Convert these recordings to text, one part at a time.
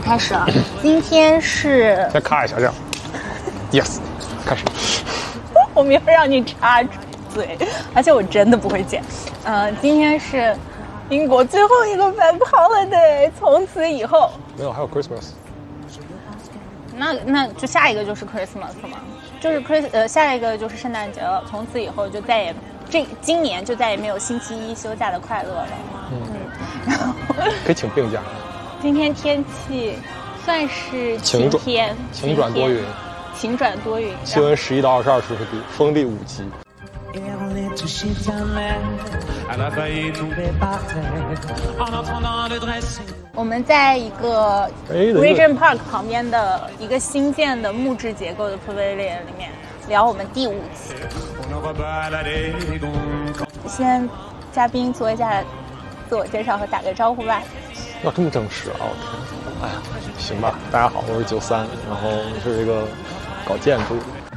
开始了。今天是先咔一下这样 ，yes， 开始。 我没有让你插嘴，而且我真的不会剪。今天是英国最后一个 Bank Holiday， 从此以后没有，还有 Christmas。 那就下一个就是 Christmas 嘛，就是下一个就是圣诞节了。从此以后就再也今年就再也没有星期一休假的快乐了。然后可以请病假。 今天天气算是晴天， 晴转多云， 晴转多云， 气温11到22摄氏度，风力5级。 我们在一个 Regent Park 旁边的一个新建的木质结构的 Pavilion 里面聊我们第5期。先嘉宾做一下自我介绍和打个招呼吧。 要这么正式啊！我天，哎呀，行吧。大家好，我是93，然后是一个搞建筑。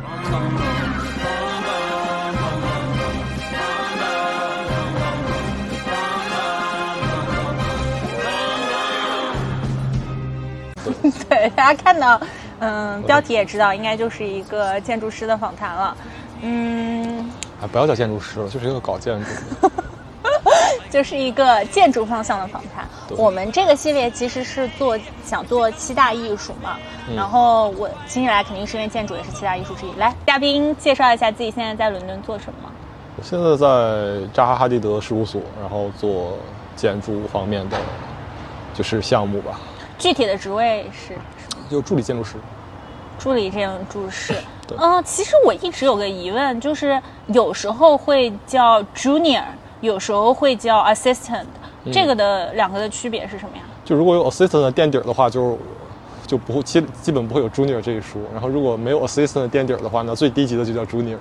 对，大家看到，标题也知道，应该就是一个建筑师的访谈了。 不要叫建筑师了，就是一个搞建筑。 就是一个建筑方向的访谈。我们这个系列其实是想做7大艺术嘛，然后我今天来肯定是因为建筑也是7大艺术之一。来，嘉宾介绍一下自己现在在伦敦做什么。 我现在在扎哈哈迪德事务所，然后做建筑方面的就是项目吧。 具体的职位是？ 就助理建筑师。 助理建筑师。其实我一直有个疑问，就是有时候会叫 junior， 有时候会叫 assistant，这个的两个的区别是什么呀？就如果有 assistant 垫底的话，就不会基本不会有 junior 这一说。然后如果没有 assistant 垫底的话，那最低级的就叫 junior。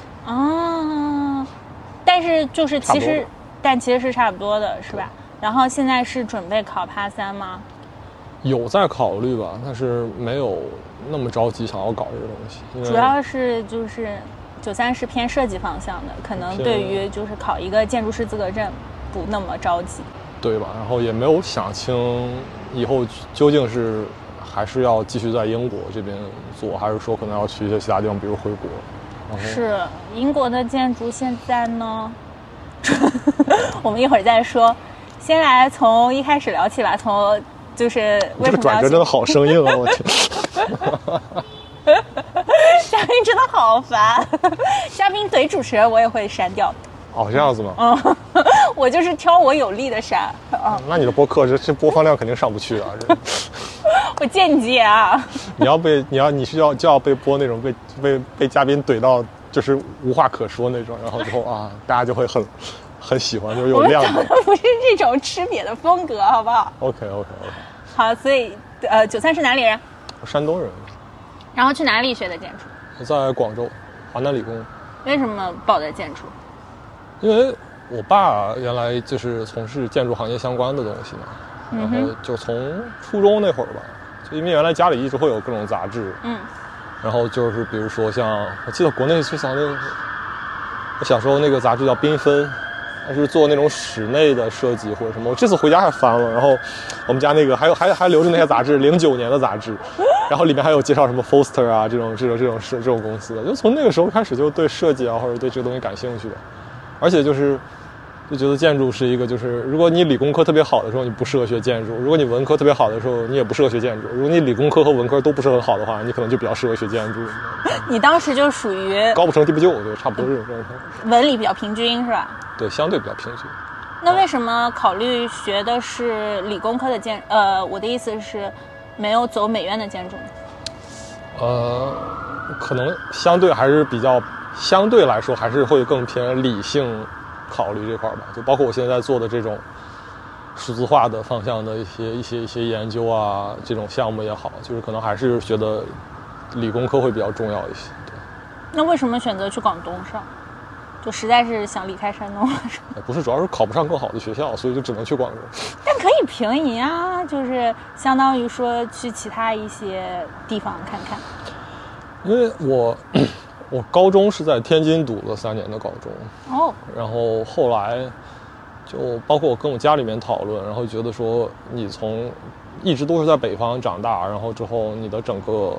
但是就是其实是差不多的，是吧？然后现在是准备考PA3吗？ 有在考虑吧，但是没有那么着急想要搞这个东西。 主要是就是93是偏设计方向的，可能对于就是考一个建筑师资格证不那么着急，对吧？ 然后也没有想清以后究竟是还是要继续在英国这边做，还是说可能要去一些其他地方，比如回国。 是英国的建筑现在呢，我们一会儿再说。先来从一开始聊起吧，从就是为什么这个转折真的好生硬啊！我天。 嘉宾真的好烦，嘉宾怼主持人我也会删掉。 这样子吗？ 我就是挑我有利的删。 那你的播客这播放量肯定上不去啊！ 我间接啊。 你就要被播那种被嘉宾怼到就是无话可说那种，然后之后大家就会很喜欢，就是有亮点。 不是这种吃瘪的风格，好不好 ？OK。 好，所以93是哪里人？ 山东人。 然后去哪里学的建筑？ 我在广州华南理工。 为什么报的建筑？ 因为我爸原来就是从事建筑行业相关的东西嘛，然后就从初中那会儿吧，就因为原来家里一直会有各种杂志，然后就是比如说像我记得国内最早的，我小时候那个杂志叫缤纷，它是做那种室内的设计或者什么。我这次回家还翻了，然后我们家那个还留着那些杂志，09年的杂志，然后里面还有介绍什么 Foster 啊这种公司的。就从那个时候开始就对设计啊或者对这个东西感兴趣的，而且就觉得建筑是一个，就是如果你理工科特别好的时候，你不适合学建筑；如果你文科特别好的时候，你也不适合学建筑；如果你理工科和文科都不是很好的话，你可能就比较适合学建筑。 你当时就属于高不成低不就，对，差不多这种状态。 文理比较平均是吧？ 对，相对比较平均。 那为什么考虑学的是理工科的我的意思是没有走美院的建筑呢？ 可能相对来说还是会更偏理性考虑这块吧，就包括我现在做的这种数字化的方向的一些研究啊，这种项目也好，就是可能还是觉得理工科会比较重要一些。对。 那为什么选择去广东上？就实在是想离开山东了？ 不是，主要是考不上更好的学校，所以就只能去广州。 但可以平移啊，就是相当于说去其他一些地方看看。 因为我高中是在天津读了3年的高中，然后后来就包括我跟我家里面讨论，然后觉得说你一直都是在北方长大，然后之后你的整个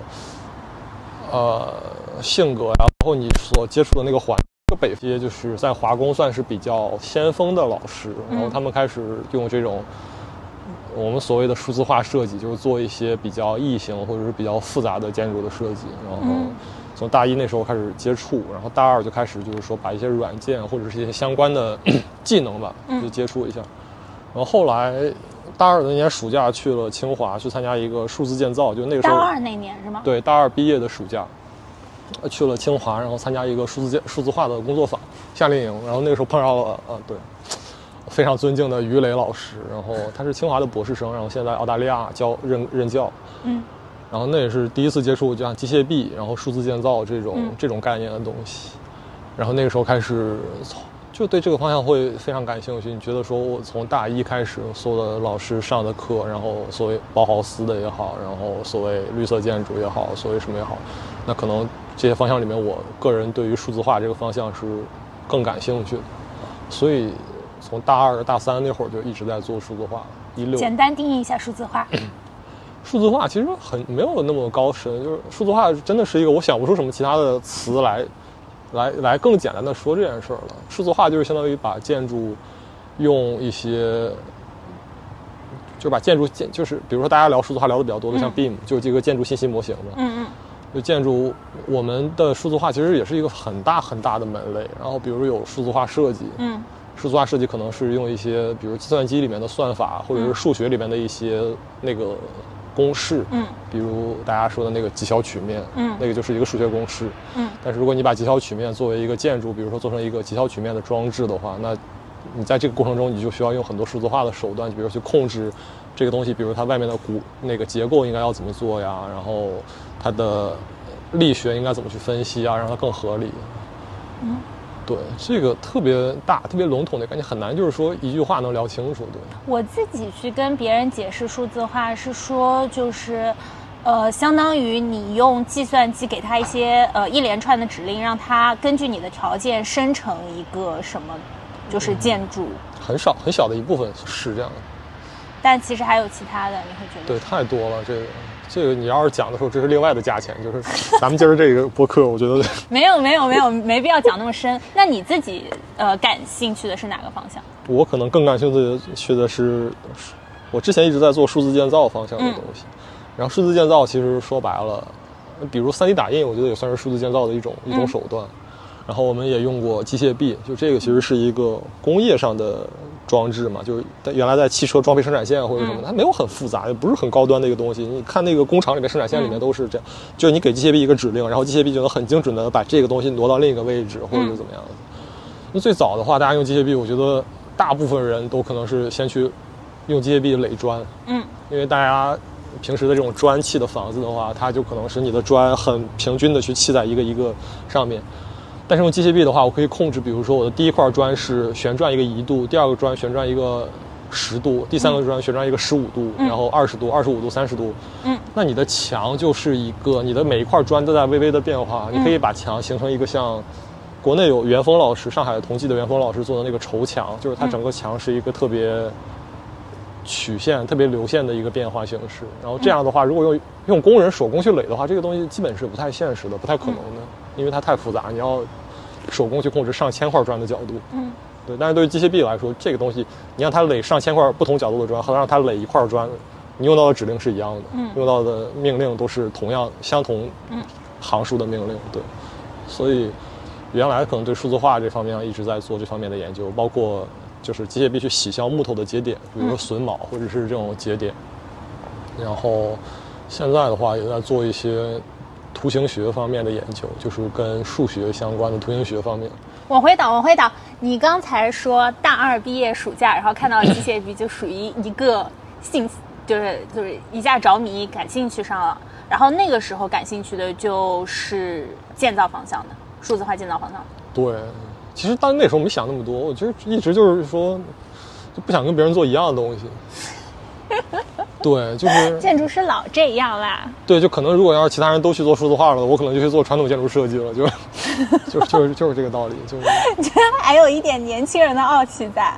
性格呀，包括你所接触的那个环境，北些就是在华工算是比较先锋的老师，然后他们开始用这种我们所谓的数字化设计，就是做一些比较异形或者是比较复杂的建筑的设计，然后从大一那时候开始接触，然后大二就开始就是说把一些软件或者是一些相关的技能吧，就接触一下。然后后来大二的那年暑假去了清华，去参加一个数字建造，就那个时候大二那年是吗？ 对，大二毕业的暑假去了清华，然后参加一个数字化的工作坊夏令营，然后那个时候碰到了对，非常尊敬的于磊老师，然后他是清华的博士生，然后现在澳大利亚任教，然后那也是第一次接触就像机械臂，然后数字建造这种概念的东西，然后那个时候开始就对这个方向会非常感兴趣。你觉得说我从大一开始所有的老师上的课，然后所谓包豪斯的也好，然后所谓绿色建筑也好，所谓什么也好，那可能这些方向里面，我个人对于数字化这个方向是更感兴趣的，所以从大二大三那会儿就一直在做数字化。 简单定义一下数字化。 数字化其实没有那么高深，就是数字化真的是一个我想不出什么其他的词来更简单的说这件事儿了。数字化就是相当于把建筑用一些，就把建筑就是比如说大家聊数字化聊的比较多的，像 BIM 就是这个建筑信息模型嘛，就建筑我们的数字化其实也是一个很大很大的门类。然后比如有数字化设计，数字化设计可能是用一些比如计算机里面的算法，或者是数学里面的一些那个公式，比如大家说的那个极小曲面，那个就是一个数学公式，但是如果你把极小曲面作为一个建筑，比如说做成一个极小曲面的装置的话，那你在这个过程中你就需要用很多数字化的手段，比如去控制这个东西，比如它外面的那个结构应该要怎么做呀，然后它的力学应该怎么去分析啊，让它更合理。对，这个特别大特别笼统的感觉，很难就是说一句话能聊清楚。对， 我自己去跟别人解释数字化是说，就是相当于你用计算机给他一些一连串的指令，让他根据你的条件生成一个什么就是建筑。很小的一部分是这样的， 但其实还有其他的，你会觉得？ 对，太多了。这个你要是讲的时候，这是另外的价钱。就是咱们今儿这个播客，我觉得没必要讲那么深。那你自己感兴趣的是哪个方向？ 我可能更感兴趣的是，我之前一直在做数字建造方向的东西。然后数字建造其实说白了，比如 3D 打印，我觉得也算是数字建造的一种手段。然后我们也用过机械臂，就这个其实是一个工业上的装置嘛，就是原来在汽车装配生产线或者什么，它没有很复杂，也不是很高端的一个东西。你看那个工厂里面生产线里面都是这样，就是你给机械臂一个指令，然后机械臂就能很精准的把这个东西挪到另一个位置，或者是怎么样的。那最早的话，大家用机械臂，我觉得大部分人都可能是先去用机械臂垒砖，因为大家平时的这种砖砌的房子的话，它就可能是你的砖很平均的去砌在一个一个上面。但是用机械臂的话，我可以控制，比如说我的第一块砖是旋转一个1度，第二个砖旋转一个10度，第三个砖旋转一个15度，然后20度、25度、30度。那你的墙就是一个，你的每一块砖都在微微的变化。你可以把墙形成一个像国内有袁峰老师，上海同济的袁峰老师做的那个绸墙，就是它整个墙是一个特别曲线、特别流线的一个变化形式。然后这样的话，如果用工人手工去垒的话，这个东西基本是不太现实的，不太可能的，因为它太复杂，你要手工去控制上千块砖的角度。对。但是对于机械臂来说，这个东西你让它垒上千块不同角度的砖，和让它垒一块砖，你用到的指令是一样的，用到的命令都是相同行数的命令。对。所以原来可能对数字化这方面一直在做这方面的研究，包括就是机械臂去洗削木头的节点，比如说榫卯或者是这种节点。然后现在的话也在做一些图形学方面的研究，就是跟数学相关的图形学方面。 我回导，你刚才说大二毕业暑假，然后看到机械臂就属于一个就是一下着迷感兴趣上了，然后那个时候感兴趣的就是建造方向的数字化建造方向。对， 其实那时候没想那么多，我觉得一直就是说就不想跟别人做一样的东西。对，就是建筑师老这样啦。 对，就可能如果要是其他人都去做数字化了，我可能就去做传统建筑设计了，就是这个道理。就是还有一点年轻人的傲气在。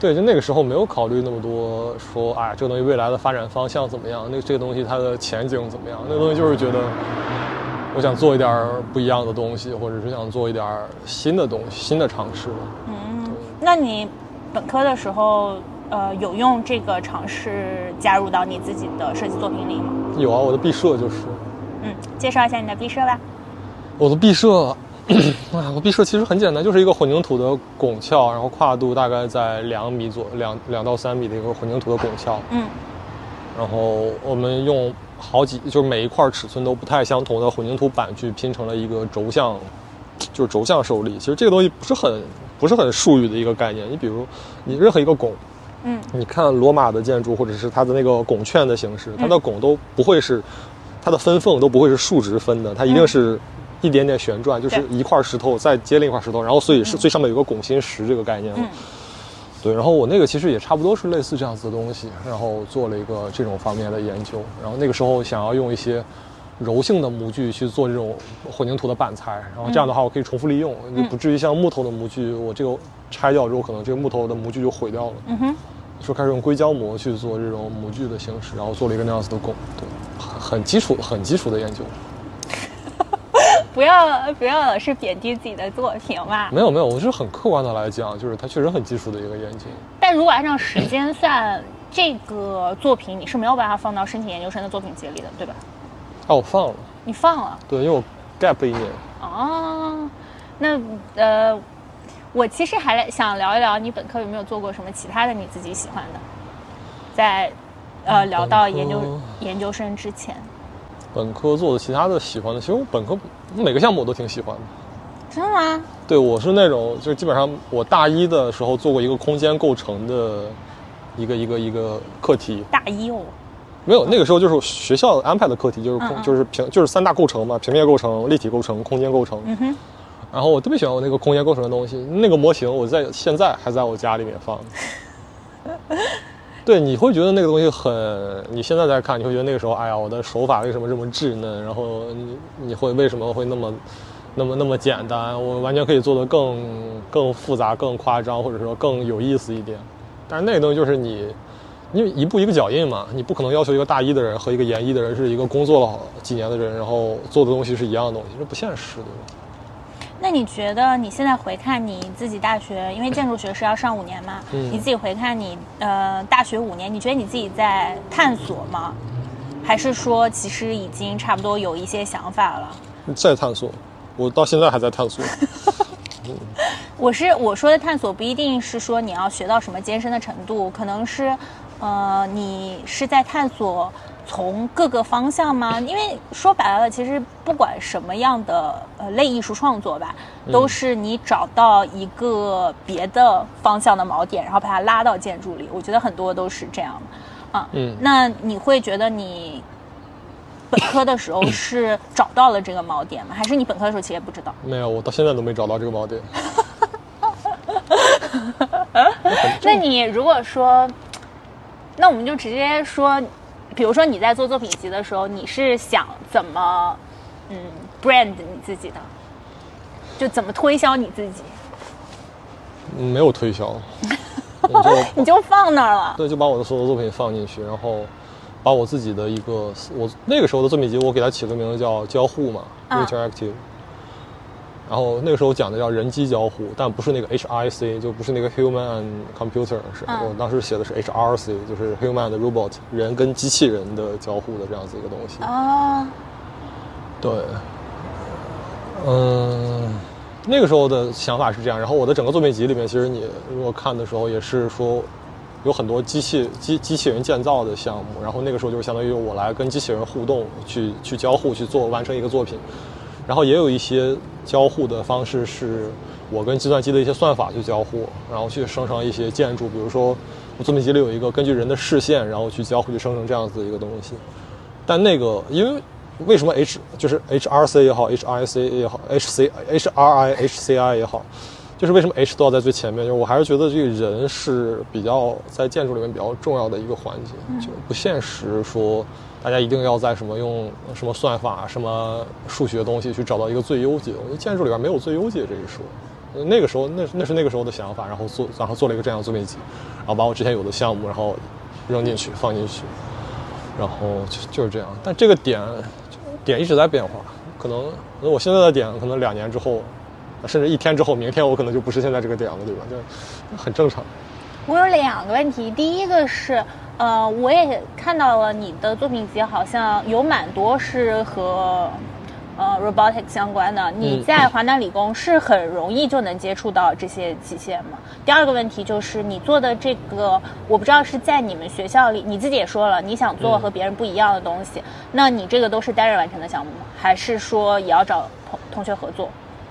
对，就那个时候没有考虑那么多，说哎，这个东西未来的发展方向怎么样？这个东西它的前景怎么样？那个东西就是觉得，我想做一点不一样的东西，或者是想做一点新的东西、新的尝试。 那你本科的时候，有用这个尝试加入到你自己的设计作品里吗？ 有啊，我的毕设就是。 介绍一下你的毕设吧。 我的毕设。我毕设其实很简单，就是一个混凝土的拱鞘，然后跨度大概在2米2到3米的一个混凝土的拱鞘。然后我们用就是每一块尺寸都不太相同的混凝土板去拼成了一个轴向，就是轴向受力。其实这个东西不是很术语的一个概念。你比如你任何一个拱，你看罗马的建筑或者是它的那个拱券的形式，它的拱都不会是，它的分缝都不会是竖直分的，它一定是一点点旋转，就是一块石头再接另一块石头，然后所以是最上面有个拱心石这个概念。对，然后我那个其实也差不多是类似这样子的东西，然后做了一个这种方面的研究。然后那个时候想要用一些柔性的模具去做这种混凝土的板材，然后这样的话我可以重复利用，就不至于像木头的模具，我这个拆掉之后可能这个木头的模具就毁掉了。就开始用硅胶膜去做这种模具的形式，然后做了一个那样子的拱。对，很基础的研究。 不要老是贬低自己的作品嘛。 没有，我是很客观的来讲，就是它确实很基础的一个研究。 但如果按照时间算，这个作品你是没有办法放到申请研究生的作品集里的，对吧？ 我放了。 你放了？对， 因为我 gap 1年。 那我其实还想聊一聊你本科有没有做过什么其他的你自己喜欢的，在聊到研究生之前。 本科做的其他的喜欢的，其实我本科每个项目我都挺喜欢的。 真的吗？对， 我是那种就是基本上我大一的时候做过一个空间构成的一个课题。 大一哦？ 没有，那个时候就是学校安排的课题，就是3大构成嘛，平面构成、立体构成、空间构成。然后我特别喜欢我那个空间构成的东西，那个模型我现在还在我家里面放。对，你会觉得那个东西你现在再看，你会觉得那个时候，哎呀，我的手法为什么这么稚嫩？然后你会为什么会那么简单？我完全可以做得更复杂、更夸张，或者说更有意思一点。但是那个东西就是你一步一个脚印嘛，你不可能要求一个大一的人和一个研一的人是一个工作了几年的人，然后做的东西是一样的东西，这不现实，对吧？ 那你觉得你现在回看你自己大学，因为建筑学是要上5年嘛，你自己回看你大学5年，你觉得你自己在探索吗？还是说其实已经差不多有一些想法了？ 在探索，我到现在还在探索。 我说的探索不一定是说你要学到什么艰深的程度，可能是你是在探索从各个方向吗？因为说白了，其实不管什么样的类艺术创作吧，都是你找到一个别的方向的锚点，然后把它拉到建筑里。我觉得很多都是这样的。那你会觉得你本科的时候是找到了这个锚点吗？还是你本科的时候其实也不知道？ 没有，我到现在都没找到这个锚点。 那你如果说，那我们就直接说，比如说你在做作品集的时候，你是想怎么brand 你自己的，就怎么推销你自己？ 没有推销。 你就放那儿了。 对，就把我的所有作品放进去，然后把我自己的我那个时候的作品集，我给它起个名字叫交互嘛，interactive。然后那个时候讲的叫人机交互，但不是那个 HIC， 就不是那个 human and computer，我当时写的是 HRC， 就是 human and robot， 人跟机器人的交互的这样子一个东西。对，那个时候的想法是这样。然后我的整个作品集里面，其实你如果看的时候，也是说有很多机器人建造的项目。然后那个时候就是相当于我来跟机器人互动，去交互，去完成一个作品。然后也有一些交互的方式是我跟计算机的一些算法去交互，然后去生成一些建筑。比如说我作品集里有一个根据人的视线，然后去交互去生成这样子的一个东西。但那个因为什么就是 HRC 也好 HIC 也好 HCI 也好，就是为什么 H 都要在最前面，就是我还是觉得这个人是比较在建筑里面比较重要的一个环节，就不现实说大家一定要在用什么算法什么数学东西去找到一个最优解。我觉得建筑里边没有最优解这一说。 那个时候那是那个时候的想法，然后做了一个这样的作品集，然后把我之前有的项目然后扔进去放进去，然后就是这样。但这个点一直在变化，可能我现在的点可能2年之后，甚至1天之后，明天我可能就不是现在这个点了，对吧？就很正常。 我有2个问题，第一个是，我也看到了你的作品集好像有蛮多是和robotics 相关的。你在华南理工是很容易就能接触到这些机械吗？第2个问题就是你做的这个，我不知道是在你们学校里，你自己也说了你想做和别人不一样的东西，那你这个都是单人完成的项目吗？还是说也要找同学合作？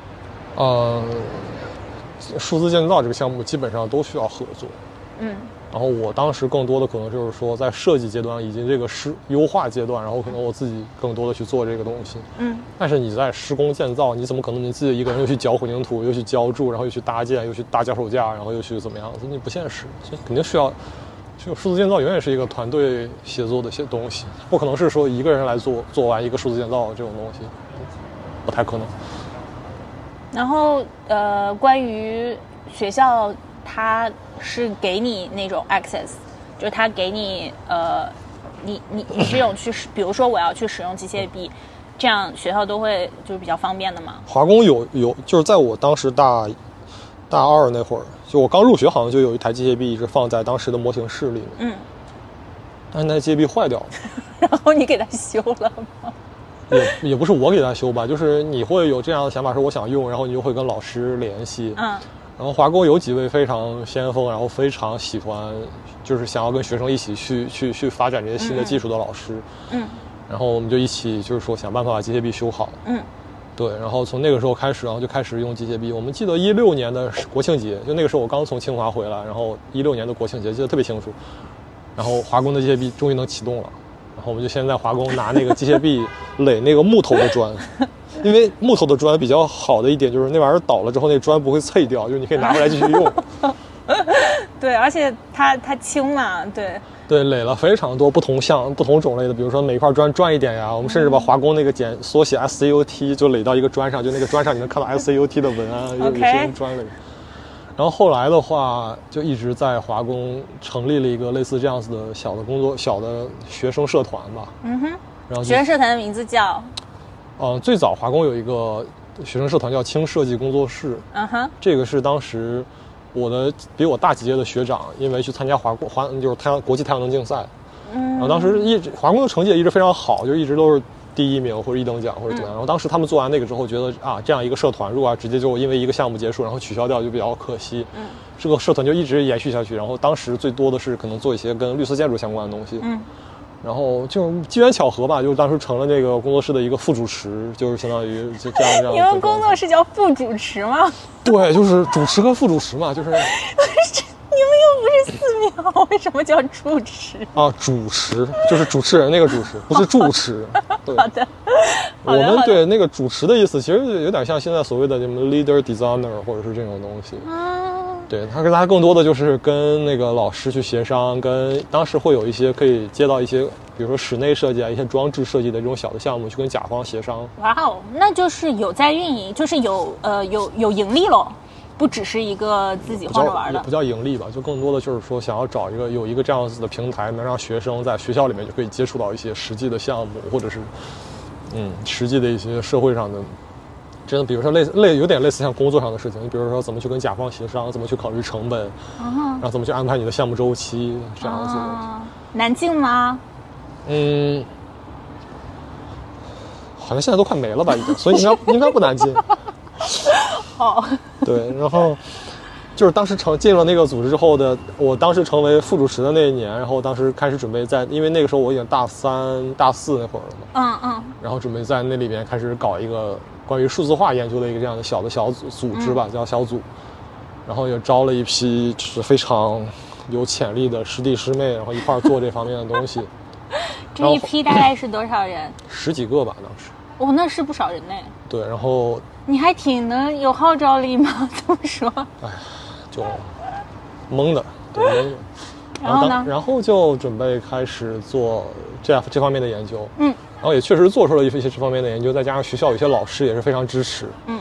数字建造这个项目基本上都需要合作。然后我当时更多的可能就是说在设计阶段以及这个优化阶段，然后可能我自己更多的去做这个东西。但是你在施工建造，你怎么可能你自己一个人又去搅混凝土，又去浇筑，然后又去搭建，又去搭脚手架，然后又去怎么样子？你不现实，所以肯定需要。就数字建造永远是一个团队协作的一些东西，不可能是说一个人来做完一个数字建造这种东西，不太可能。然后关于学校，它是给你那种 access， 就是它给你你这种去，比如说我要去使用机械臂，这样学校都会就是比较方便的嘛。 华工有，就是在我当时大2那会儿，就我刚入学，好像就有一台机械臂一直放在当时的模型室里面。但是那机械臂坏掉了。 然后你给它修了吗？ 也不是我给他修吧，就是你会有这样的想法，说我想用，然后你就会跟老师联系。然后华工有几位非常先锋，然后非常喜欢，就是想要跟学生一起去发展这些新的技术的老师。然后我们就一起就是说想办法把机械臂修好。对，然后从那个时候开始，然后就开始用机械臂。我们记得16年的国庆节，就那个时候我刚从清华回来，然后16年的国庆节记得特别清楚。然后华工的机械臂终于能启动了。然后我们就先在华工拿那个机械臂垒那个木头的砖，因为木头的砖比较好的一点就是那玩意儿倒了之后那砖不会脆掉，就是你可以拿回来继续用。 对，而且它轻嘛， 对，垒了非常多不同种类的，比如说每一块砖转一点呀，我们甚至把华工那个缩写 SCUT 就垒到一个砖上，就那个砖上你能看到 SCUT 的文案，有些用砖垒。然后后来的话，就一直在华工成立了一个类似这样子的小的学生社团吧。然后学生社团的名字叫， 最早华工有一个学生社团叫轻设计工作室。这个是当时比我大几届的学长，因为去参加就是国际太阳能竞赛，然后当时华工的成绩也一直非常好，就一直都是第1名或者1等奖或者怎么样。然后当时他们做完那个之后，觉得这样一个社团如果直接就因为一个项目结束然后取消掉就比较可惜。这个社团就一直延续下去，然后当时最多的是可能做一些跟绿色建筑相关的东西。然后就机缘巧合吧，就是当时成了那个工作室的一个副主持，就是相当于就这样。 你们工作室叫副主持吗？ 对，就是主持和副主持嘛，就是。 你们又不是寺庙，为什么叫主持？ 主持就是主持人那个主持，不是住持。对。 好的。 我们对那个主持的意思，其实有点像现在所谓的什么 leader designer 或者是这种东西。对，他更多的就是跟那个老师去协商，跟当时会有一些可以接到一些，比如说室内设计一些装置设计的这种小的项目，去跟甲方协商。 哇哦，那就是有在运营，就是有盈利咯。不只是一个自己晃着玩的， 不叫盈利吧，就更多的就是说想要有一个这样子的平台，能让学生在学校里面就可以接触到一些实际的项目，或者是实际的一些社会上的，真的比如说有点类似像工作上的事情，你比如说怎么去跟甲方协商，怎么去考虑成本，然后怎么去安排你的项目周期这样子的。 难进吗？ 好像现在都快没了吧已经，所以应该不难进。对，然后就是当时进了那个组织之后的，我当时成为副主持的那一年，然后当时开始准备因为那个时候我已经大3、大4那会儿了嘛，然后准备在那里面开始搞一个关于数字化研究的一个这样的小组织吧，叫小组，然后也招了一批就是非常有潜力的师弟师妹，然后一块做这方面的东西。 这一批大概是多少人 ？10几个吧，当时。 那是不少人呢。 对，然后你还挺能有号召力吗？这么说？ 就懵的，对，懵的。 然后呢？ 然后就准备开始做这方面的研究。然后也确实做出了一些这方面的研究，再加上学校有些老师也是非常支持。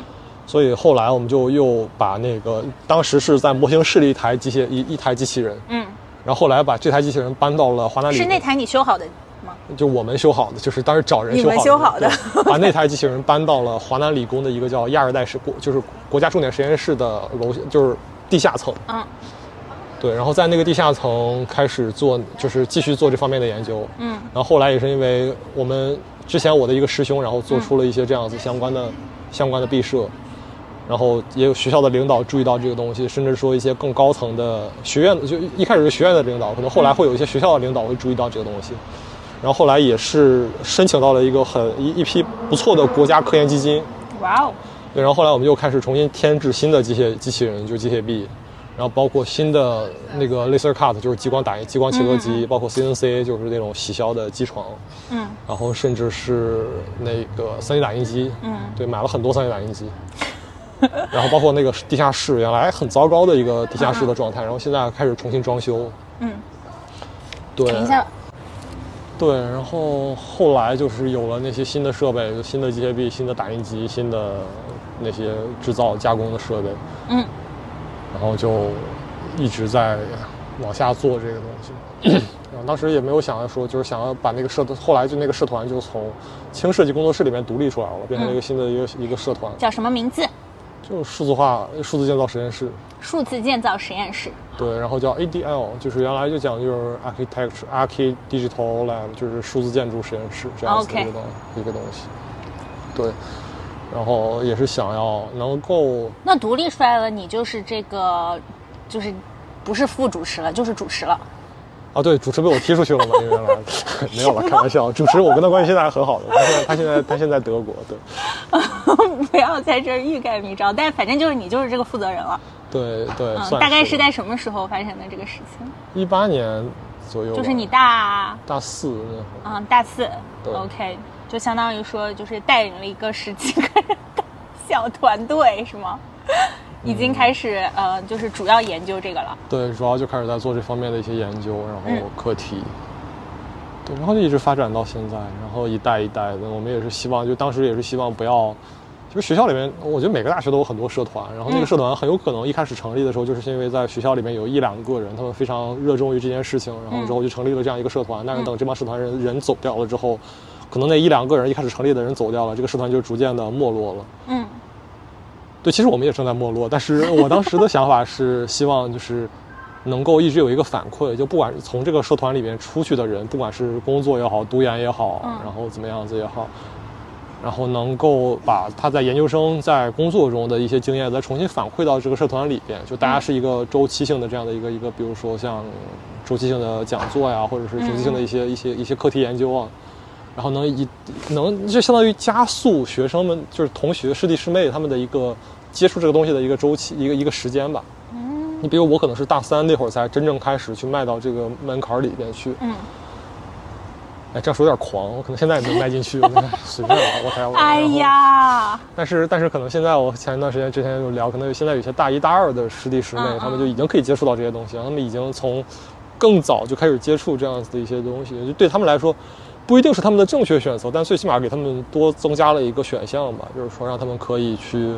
所以后来我们就又把那个当时是在模型室里一台机器人，然后后来把这台机器人搬到了华南理工。 是那台你修好的吗？ 就我们修好的，就是当时找人修好的。 你们修好的， 把那台机器人搬到了华南理工的一个叫亚热带就是国家重点实验室的楼，就是地下层。对，然后在那个地下层开始做，就是继续做这方面的研究。然后后来也是因为我们之前我的一个师兄，然后做出了一些这样子相关的毕设。然后也有学校的领导注意到这个东西，甚至说一些更高层的学院，就一开始是学院的领导，可能后来会有一些学校的领导会注意到这个东西。然后后来也是申请到了一批不错的国家科研基金。 哇哦！ 对，然后后来我们又开始重新添置新的机器人，就是机械臂，然后包括新的那个 laser cut， 就是激光切割机，包括 CNC， 就是那种洗削的机床。然后甚至是那个 3D 打印机。对，买了很多 3D 打印机。然后包括那个地下室，原来很糟糕的一个地下室的状态，然后现在开始重新装修。对。 停一下。 对，然后后来就是有了那些新的设备，新的机械臂、新的打印机、新的那些制造加工的设备。然后就一直在往下做这个东西。然后当时也没有想要说，就是想要把那个后来就那个社团就从轻设计工作室里面独立出来了，变成了一个新的一个社团。 叫什么名字？ 就是数字建造实验室。数字建造实验室。对，然后叫 ADL， 就是原来就讲就是 Architecture Digital Lab， 就是数字建筑实验室这样子的一个东西。对，然后也是想要能够。 那独立出来了，你就是这个，就是不是副主持了，就是主持了。 对，主持被我踢出去了嘛？因为原来没有了，开玩笑。主持我跟他关系现在还很好的，他现在德国。对， 不要在这儿欲盖弥彰，但反正就是你就是这个负责人了。 对， 大概是在什么时候发生的这个事情 ？18年左右。就是你大 4那会儿。 大4。OK， 就相当于说就是带领了一个10几个人的小团队，是吗？已经开始就是主要研究这个了。对， 主要就开始在做这方面的一些研究，然后课题。对，然后就一直发展到现在，然后一代一代的，我们也是希望，就当时也是希望不要，就是学校里面，我觉得每个大学都有很多社团，然后那个社团很有可能一开始成立的时候，就是因为在学校里面有1、2个人，他们非常热衷于这件事情，然后之后就成立了这样一个社团。但是等这帮社团人走掉了之后，可能那1、2个人一开始成立的人走掉了，这个社团就逐渐的没落了。对，其实我们也正在没落，但是我当时的想法是希望就是能够一直有一个反馈，就不管是从这个社团里面出去的人，不管是工作也好、读研也好，然后怎么样子也好，然后能够把他在研究生在工作中的一些经验再重新反馈到这个社团里边，就大家是一个周期性的这样的一个，比如说像周期性的讲座呀，或者是周期性的一些课题研究啊。然后能就相当于加速学生们，就是同学师弟师妹他们的一个接触这个东西的一个周期，一个时间吧。你比如我可能是大3那会儿才真正开始去迈到这个门槛里边去。这样说有点狂，我可能现在也能迈进去，随便了，我才要。 哎呀！ 但是可能现在我前一段时间之前就聊，可能现在有些大1、大2的师弟师妹，他们就已经可以接触到这些东西了，他们已经从更早就开始接触这样子的一些东西，就对他们来说。不一定是他们的正确选择，但最起码给他们多增加了一个选项吧，就是说让他们可以去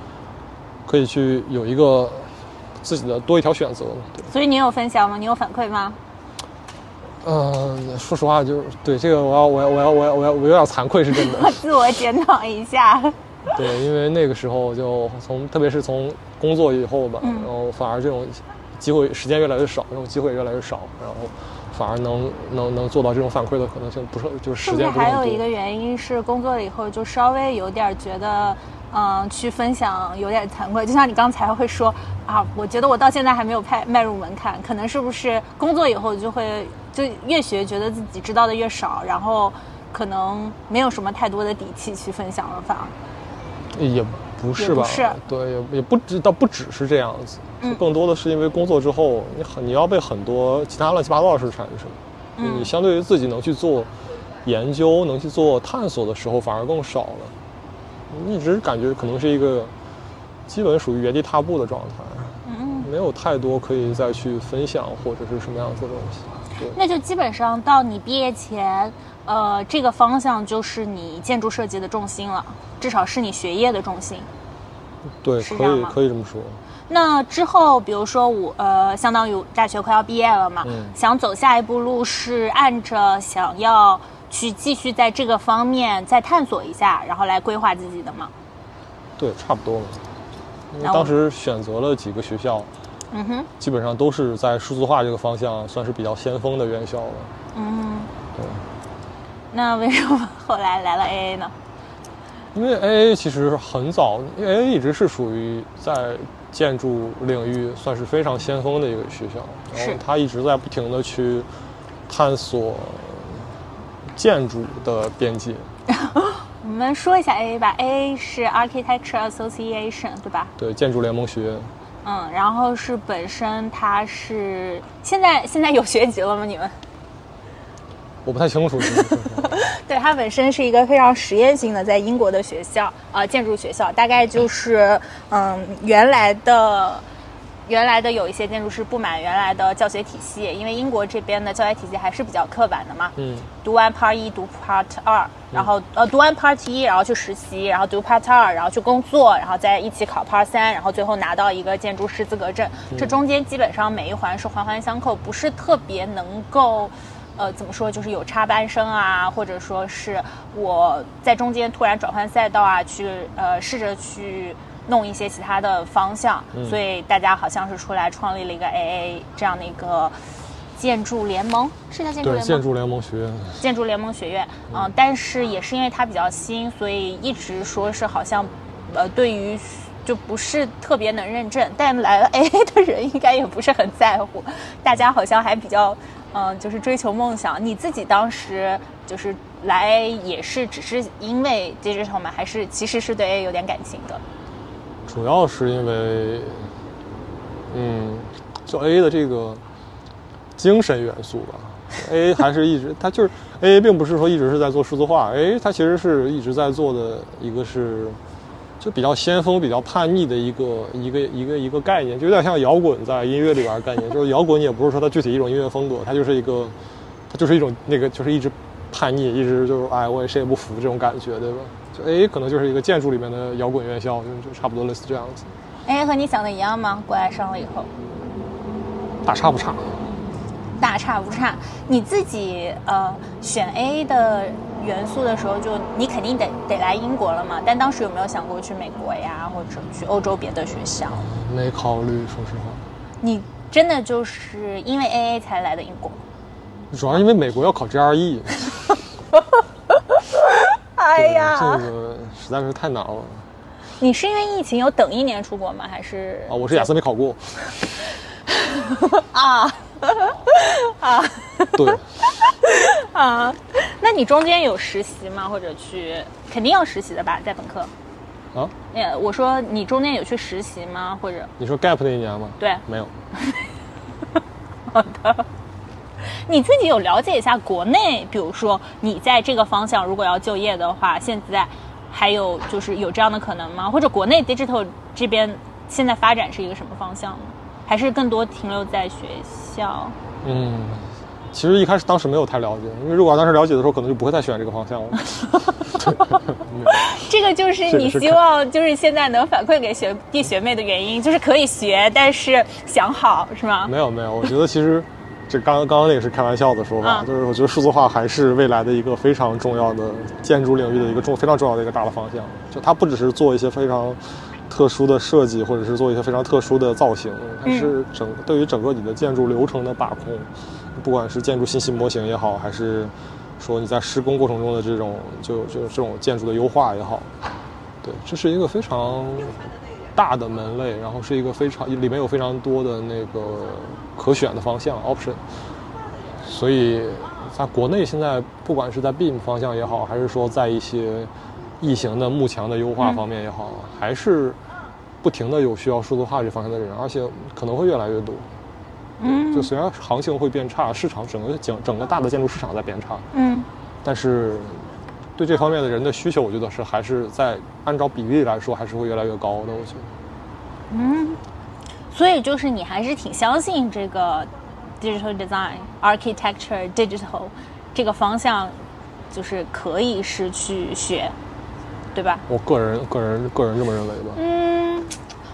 有一个自己的多一条选择。 所以你有分享吗？你有反馈吗？ 说实话，就是对这个我有点惭愧，是真的。 自我检讨一下。 对，因为那个时候就特别是从工作以后吧，然后反而这种机会时间越来越少，这种机会越来越少，然后。反而能做到这种反馈的可能性不是，就是时间不是很多。 还有一个原因是工作了以后就稍微有点觉得，去分享有点惭愧。就像你刚才会说我觉得我到现在还没有迈入门槛，可能是不是工作以后就越学觉得自己知道的越少，然后可能没有什么太多的底气去分享了，反而也不是吧？ 不是， 对，也不只是这样子。更多的是因为工作之后，你要被很多其他乱七八糟的事缠身，你相对于自己能去做研究、能去做探索的时候，反而更少了。你一直感觉可能是一个基本属于原地踏步的状态，没有太多可以再去分享或者是什么样子的东西。对， 那就基本上到你毕业前，这个方向就是你建筑设计的重心了，至少是你学业的重心。 对，可以这么说。 那之后，比如说相当于大学快要毕业了嘛，想走下一步路是按着想要去继续在这个方面再探索一下，然后来规划自己的吗？ 对，差不多了。因为当时选择了几个学校，基本上都是在数字化这个方向算是比较先锋的院校了。对。 那为什么后来来了 AA 呢？ 因为 AA 其实很早，因为 AA 一直是属于在建筑领域算是非常先锋的一个学校，然后它一直在不停的去探索建筑的边界。 我们说一下 AA 吧 ，AA 是 Architecture Association 对吧？ 对，建筑联盟学院。 然后是本身它是现在有学籍了吗？你们？ 我不太清楚。 对，它本身是一个非常实验性的，在英国的学校，建筑学校，大概就是原来的有一些建筑师不满原来的教学体系，因为英国这边的教学体系还是比较刻板的嘛。读完 Part 1，读 Part 2，然后读完 Part 1，然后去实习，然后读 Part 2，然后去工作，然后再一起考 Part 3，然后最后拿到一个建筑师资格证。这中间基本上每一环是环环相扣，不是特别能够。怎么说，就是有插班生啊，或者说是我在中间突然转换赛道啊，去试着去弄一些其他的方向，所以大家好像是出来创立了一个 AA 这样的一个建筑联盟，是叫建筑联盟？对， 建筑联盟学院。 建筑联盟学院，但是也是因为它比较新，所以一直说是好像对于就不是特别能认证，但来了 AA 的人应该也不是很在乎，大家好像还比较就是追求梦想。你自己当时就是来也是只是因为 digital 吗？还是其实是对 AA 有点感情的？ 主要是因为就 AA 的这个精神元素吧。AA 还是一直，它就是 AA 并不是说一直是在做数字化， AA 它其实是一直在做的一个是就比较先锋比较叛逆的一个概念，就有点像摇滚在音乐里边的概念。就是摇滚也不是说它具体一种音乐风格，它就是一种那个就是一直叛逆，一直就是我也谁也不服这种感觉，对吧？就 AA 可能就是一个建筑里面的摇滚院校，就差不多类似这样子。 AA 和你想的一样吗？过来上了以后大差不差。 大差不差。你自己选 AA 的元素的时候，就你肯定得来英国了嘛？但当时有没有想过去美国呀，或者去欧洲别的学校？ 没考虑，说实话。 你真的就是因为 AA 才来的英国？ 主要因为美国要考 GRE。 哎呀， 这个实在是太难了。 你是因为疫情有等1年出国吗？还是？ 我是雅思没考过。对。 那你中间有实习吗？或者去肯定要实习的吧，在本科。我说你中间有去实习吗？或者你说 gap 那一年吗？ 对， 没有。 好的。你自己有了解一下国内，比如说你在这个方向如果要就业的话，现在还有就是有这样的可能吗？或者国内 digital 这边现在发展是一个什么方向呢？还是更多停留在学校？ 其实一开始当时没有太了解，因为如果当时了解的时候，可能就不会再选这个方向了。 这个就是你希望就是现在能反馈给学弟学妹的原因，就是可以学，但是想好是吗？ 没有，我觉得其实这刚刚那个是开玩笑的说法，就是我觉得数字化还是未来的一个非常重要的建筑领域的一个非常重要的一个大的方向。就它不只是做一些非常特殊的设计，或者是做一些非常特殊的造型，它是对于整个你的建筑流程的把控，不管是建筑信息模型也好，还是说你在施工过程中的这种这种建筑的优化也好，对，这是一个非常大的门类，然后是一个里面有非常多的那个可选的方向 option。所以在国内现在不管是在 BIM 方向也好，还是说在一些异形的幕墙的优化方面也好，还是不停的有需要数字化这方向的人，而且可能会越来越多。就虽然行情会变差，市场整个大的建筑市场在变差，但是对这方面的人的需求，我觉得是还是在按照比例来说，还是会越来越高的。我觉得。 所以就是你还是挺相信这个 digital design architecture digital 这个方向，就是可以是去学，对吧？ 我个人这么认为吧。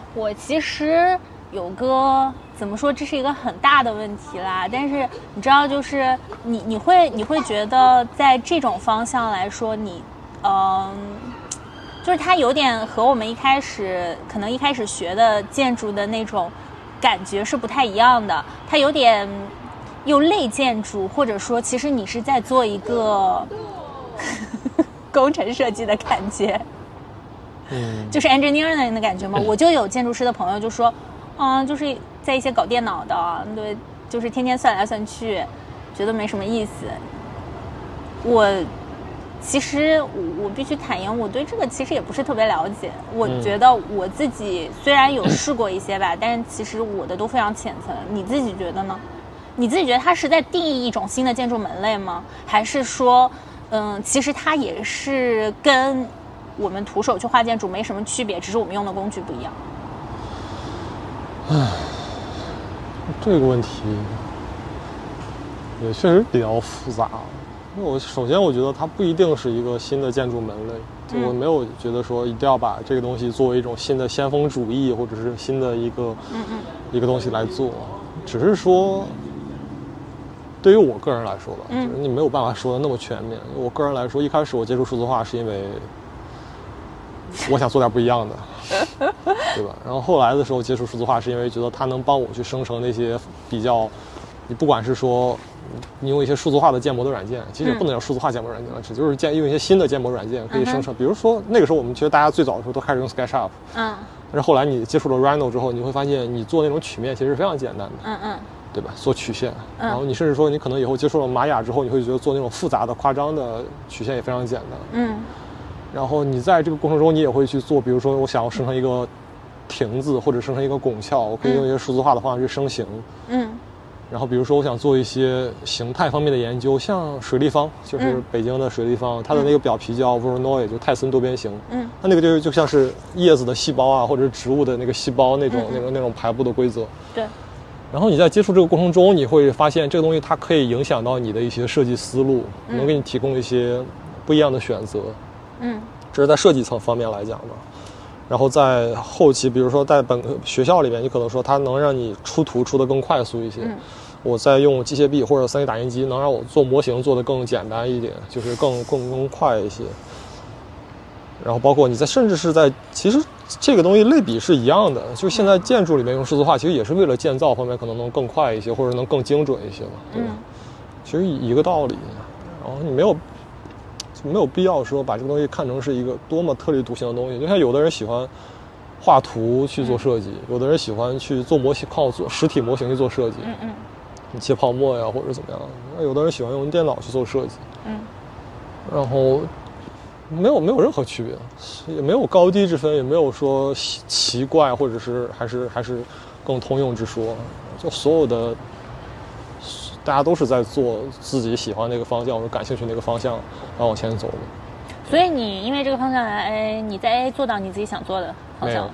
我其实有个怎么说，这是一个很大的问题啦。但是你知道，就是你会觉得在这种方向来说，就是它有点和我们可能一开始学的建筑的那种感觉是不太一样的。它有点又类建筑，或者说其实你是在做一个工程设计的感觉，就是 engineering 的感觉嘛。我就有建筑师的朋友就说，就是在一些搞电脑的，对，就是天天算来算去，觉得没什么意思。其实我必须坦言，我对这个其实也不是特别了解。我觉得我自己虽然有试过一些吧，但是其实我的都非常浅层。你自己觉得呢？你自己觉得它是在定义一种新的建筑门类吗？还是说，其实它也是跟我们徒手去画建筑没什么区别，只是我们用的工具不一样？ 这个问题也确实比较复杂。首先我觉得它不一定是一个新的建筑门类，就我没有觉得说一定要把这个东西作为一种新的先锋主义或者是新的一个东西来做，只是说对于我个人来说吧，就是你没有办法说的那么全面。我个人来说，一开始我接触数字化是因为我想做点不一样的，对吧？然后后来的时候接触数字化是因为觉得它能帮我去生成那些比较，你不管是说你用一些数字化的建模的软件，其实也不能叫数字化建模软件了，只就是用一些新的建模软件可以生成。比如说那个时候我们其实大家最早的时候都开始用 SketchUp，但是后来你接触了 Rhino 之后，你会发现你做那种曲面其实是非常简单的，对吧？做曲线，然后你甚至说你可能以后接触了玛雅之后，你会觉得做那种复杂的夸张的曲线也非常简单，然后你在这个过程中你也会去做，比如说我想要生成一个亭子或者生成一个拱桥，我可以用一些数字化的方式去生形，然后比如说我想做一些形态方面的研究，像水立方，就是北京的水立方，它的那个表皮叫 Voronoi，就泰森多边形，它那个就像是叶子的细胞啊，或者植物的那个细胞那种排布的规则。对。然后你在接触这个过程中，你会发现这个东西它可以影响到你的一些设计思路，能给你提供一些不一样的选择。这是在设计层方面来讲的。然后在后期，比如说在学校里面，你可能说它能让你出图出得更快速一些。我在用机械臂或者3D 打印机，能让我做模型做得更简单一点，就是更快一些。然后包括你甚至是在，其实这个东西类比是一样的，就是现在建筑里面用数字化，其实也是为了建造方面可能能更快一些，或者能更精准一些嘛，对吧？其实一个道理。然后你没有必要说把这个东西看成是一个多么特立独行的东西。就像有的人喜欢画图去做设计，有的人喜欢去做模型，靠做实体模型去做设计，你切泡沫呀或者怎么样。有的人喜欢用电脑去做设计，然后没有任何区别，也没有高低之分，也没有说奇怪或者是还是更通用之说。就所有的大家都是在做自己喜欢那个方向或者感兴趣那个方向往前走的。 所以你因为这个方向来，你在 AA 做到你自己想做的方向了。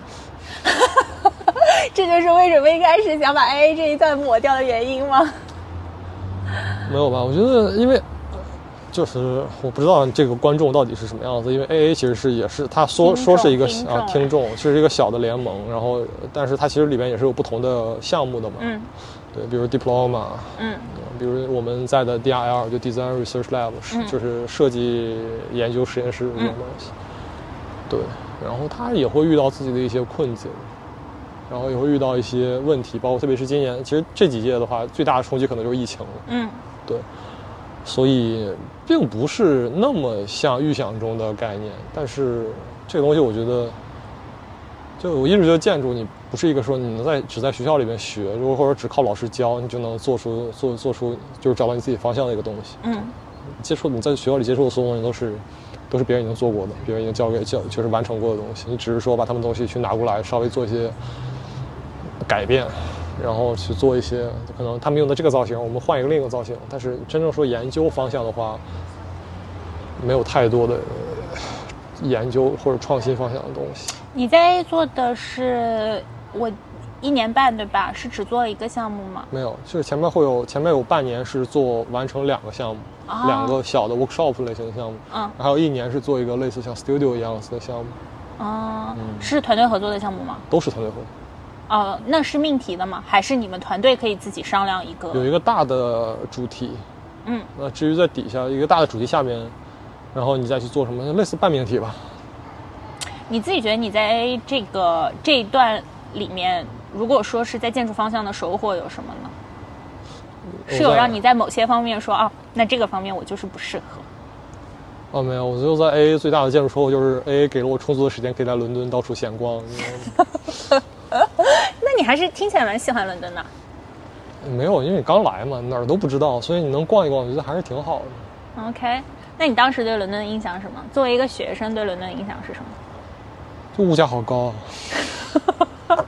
这就是为什么一开始想把 AA 这一段抹掉的原因吗？ 没有吧，我觉得因为就是我不知道这个观众到底是什么样子，因为 AA 其实也是他说是一个听众，其实是一个小的联盟，然后但是它其实里边也是有不同的项目的嘛，对，比如 Diploma，比如我们在的 DRL 就 Design Research Lab，就是设计研究实验室这种东西，对，然后他也会遇到自己的一些困境，然后也会遇到一些问题，包括特别是今年，其实这几届的话，最大的冲击可能就是疫情了，对，所以并不是那么像预想中的概念，但是这个东西我觉得，就我一直觉得建筑你不是一个说你能只在学校里面学，如果或者只靠老师教你就能做出就是找到你自己方向的一个东西。你在学校里接触的所有东西都是别人已经做过的，别人已经就是完成过的东西，你只是说把他们东西去拿过来稍微做一些改变，然后去做一些可能他们用的这个造型我们换一个另一个造型，但是真正说研究方向的话没有太多的研究或者创新方向的东西。 你在做的是我1年半对吧？是只做一个项目吗？ 没有，就是前面有半年是完成2个项目，2个小的 workshop 类型的项目，还有1年是做一个类似像 studio 一样的项目。 是团队合作的项目吗？ 都是团队合作。 那是命题的吗？还是你们团队可以自己商量一个？ 有一个大的主题，那至于在底下一个大的主题下面，然后你再去做什么，类似半命题吧。 你自己觉得你在这一段里面，如果说是在建筑方向的收获有什么呢？是有让你在某些方面说那这个方面我就是不适合。 没有，我就在 AA 最大的建筑收获就是 AA 给了我充足的时间，可以在伦敦到处闲逛。 那你还是听起来蛮喜欢伦敦的。 没有，因为你刚来嘛，哪儿都不知道，所以你能逛一逛，我觉得还是挺好的。 OK， 那你当时对伦敦的印象是什么？作为一个学生，对伦敦的印象是什么？ 就物价好高啊。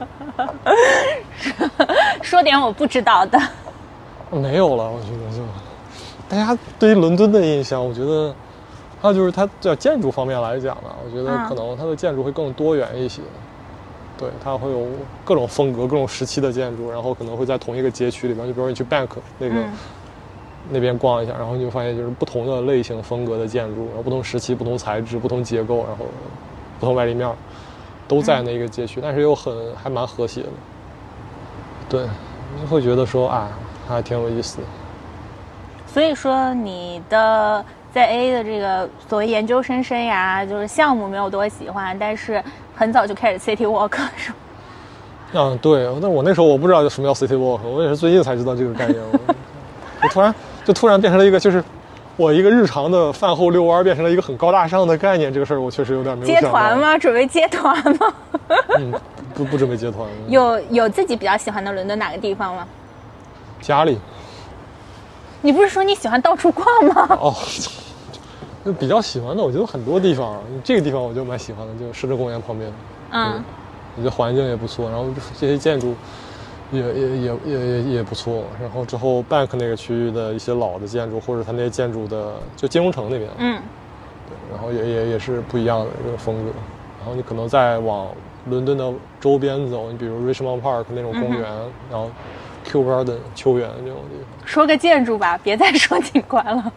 说点我不知道的。 没有了，我觉得就大家对于伦敦的印象，我觉得还有就是它在建筑方面来讲呢，我觉得可能它的建筑会更多元一些。对，它会有各种风格、各种时期的建筑，然后可能会在同一个街区里边，就比如说你去 Bank 那边逛一下，然后你就发现就是不同的类型风格的建筑，然后不同时期、不同材质、不同结构，然后不同外立面，都在那个街区，但是又还蛮和谐的。对，你会觉得说还挺有意思的。 所以说你的在 AA 的这个所谓研究生生涯，就是项目没有多喜欢，但是很早就开始 City Walk 是吗？ 对，但我那时候我不知道什么叫 City Walk， 我也是最近才知道这个概念。就突然变成了一个，就是我一个日常的饭后遛弯变成了一个很高大上的概念。这个事儿我确实有点没有想到。 接团吗？准备接团吗？ 不准备接团。 有自己比较喜欢的伦敦哪个地方吗？ 家里。 你不是说你喜欢到处逛吗？ 就比较喜欢的，我觉得很多地方，这个地方我就蛮喜欢的，就市政公园旁边。我觉得环境也不错，然后这些建筑也不错。然后之后 Bank 那个区域的一些老的建筑，或者它那些建筑的，就金融城那边，对，然后也是不一样的这个风格。然后你可能再往伦敦的周边走，你比如 Richmond Park 那种公园，然后 Kew Garden 秋园这种地方。说个建筑吧，别再说景观了。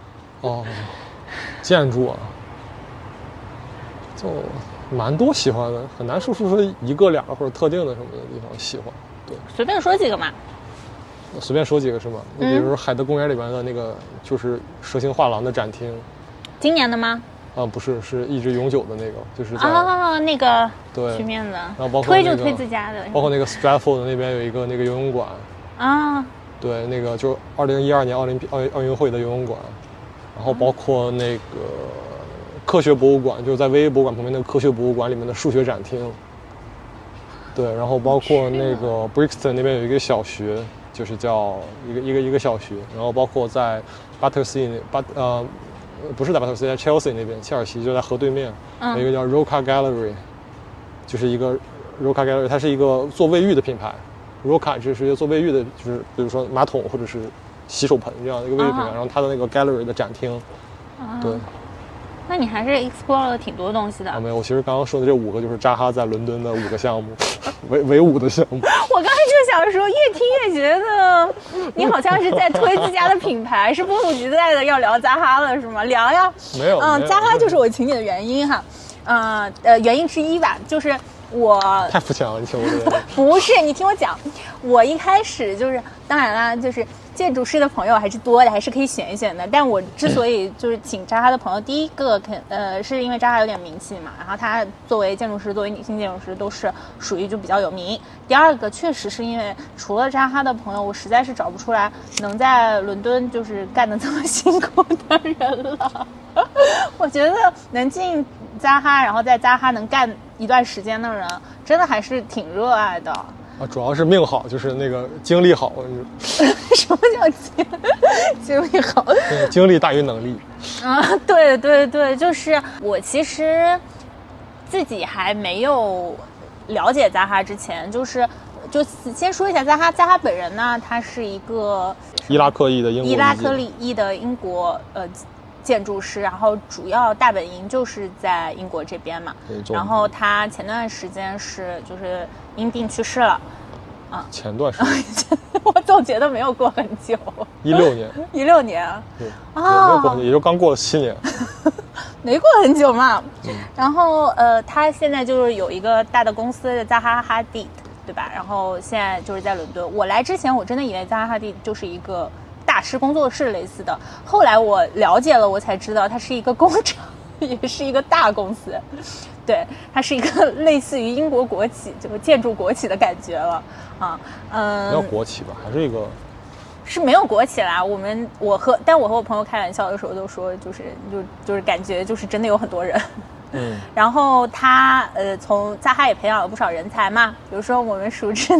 建筑就蛮多喜欢的，很难说一个两个或者特定的什么的地方喜欢。对， 随便说几个嘛。 随便说几个是吗？你比如说海德公园里边的那个就是蛇形画廊的展厅。 今年的吗？ 不是，是一直永久的那个，就是在那个对曲面的， 然后包括推自家的， 包括那个 Stratford 那边有一个那个游泳馆对，那个就2012年奥运会的游泳馆，然后包括那个科学博物馆，就是在威博物馆旁边那个科学博物馆里面的数学展厅。对，然后包括那个 Brixton 那边有一个小学，就是叫一个小学，然后包括在 Battersea 不是在 Battersea， 在 Chelsea 那边，切尔西就在河对面，有一个叫 Roca Gallery， 就是一个 Roca Gallery， 它是一个做卫浴的品牌。Roca 就是一个做卫浴的，就是比如说马桶或者是洗手盆这样的一个卫浴品牌，然后它的那个 Gallery 的展厅，对。 那你还是 explore 了挺多东西的。 没有，我其实刚刚说的这5个就是扎哈在伦敦的5个项目，唯5的项目。 我刚才就想说，越听越觉得你好像是在推自家的品牌，是迫不及待的要聊扎哈了，是吗？聊呀。 没有。 扎哈就是我请你的原因哈，原因之一吧，就是我太肤浅了，你请我的。 不是，你听我讲，我一开始就是当然啦，就是建筑师的朋友还是多的，还是可以选一选的。但我之所以就是请扎哈的朋友，第一个是因为扎哈有点名气嘛，然后他作为建筑师，作为女性建筑师都是属于就比较有名。第二个确实是因为除了扎哈的朋友，我实在是找不出来能在伦敦就是干得这么辛苦的人了。我觉得能进扎哈，然后在扎哈能干一段时间的人，真的还是挺热爱的。 主要是命好，就是那个精力好。 什么叫精力好？ 对，精力大于能力。 对对对，就是我其实自己还没有了解扎哈之前，就先说一下扎哈本人呢，他是一个伊拉克裔的英国建筑师，然后主要大本营就是在英国这边嘛。然后他前段时间就是因病去世了， 前段时间。 我总觉得没有过很久。 16年。 16年啊？ 对啊，没有过很久，也就刚过了7年。 没过很久嘛。然后他现在就是有一个大的公司扎哈哈蒂，对吧？然后现在就是在伦敦。我来之前，我真的以为扎哈哈蒂就是一个大师工作室类似的，后来我了解了，我才知道它是一个工厂，也是一个大公司。对，它是一个类似于英国国企，就是建筑国企的感觉了啊。 没有国企吧，还是一个。 是没有国企啦。我和我朋友开玩笑的时候都说，就是感觉就是真的有很多人。然后他从扎哈也培养了不少人才嘛，比如说我们熟知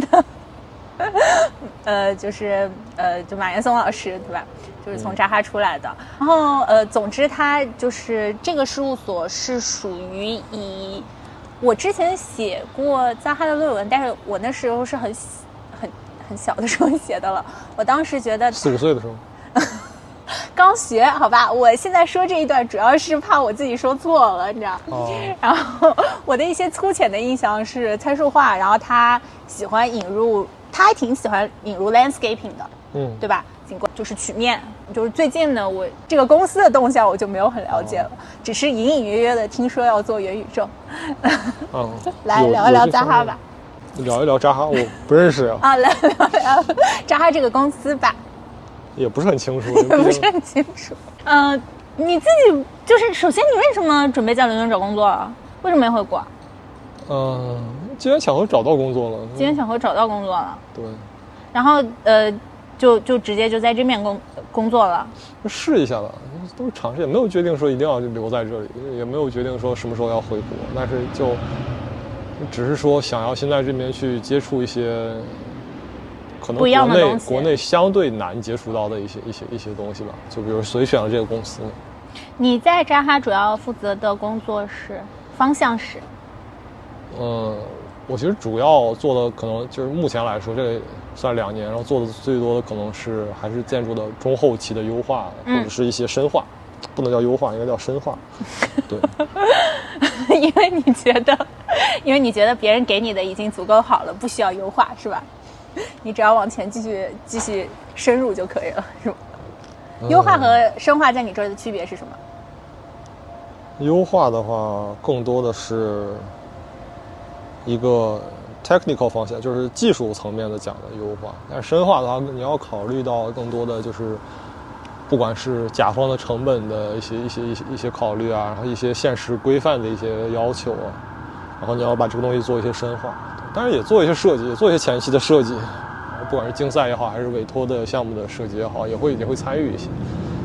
的就马岩松老师，对吧？就是从扎哈出来的。然后总之他就是这个事务所是属于我之前写过扎哈的论文，但是我那时候是很小的时候写的了。我当时觉得 4、5岁的时候刚学，好吧。我现在说这一段主要是怕我自己说错了，你知道。然后我的一些粗浅的印象是参数化，然后他还挺喜欢引入 landscaping 的，对吧？尽管就是曲面，就是最近呢，我这个公司的动向我就没有很了解了，只是隐隐约约的听说要做元宇宙。来聊一聊扎哈吧。 聊一聊扎哈，我不认识啊。 来聊聊扎哈这个公司吧。 也不是很清楚。 也不是很清楚。你自己就是首先你为什么准备在伦敦找工作啊？为什么没回国？ 机缘巧合找到工作了。 机缘巧合找到工作了。 对。 然后就直接就在这边工作了。 试一下吧，都是尝试，也没有决定说一定要留在这里，也没有决定说什么时候要回国，但是就只是说想要先在这边去接触一些可能国内相对难接触到的一些东西吧，就比如所以选了这个公司。 你在扎哈主要负责的工作方向是？ 我其实主要做的可能就是目前来说，这个算2年，然后做的最多的可能还是建筑的中后期的优化，或者是一些深化，不能叫优化，应该叫深化。对。 因为你觉得别人给你的已经足够好了，不需要优化，是吧？你只要往前继续深入就可以了，是吧？优化和深化在你这儿的区别是什么？ 优化的话，更多的是一个 technical 方向，就是技术层面的讲的优化。但是深化的话，你要考虑到更多的就是不管是甲方的成本的一些考虑啊，然后一些现实规范的一些要求啊，然后你要把这个东西做一些深化。当然也做一些设计，也做一些前期的设计，不管是竞赛也好，还是委托的项目的设计也好，也会参与一些。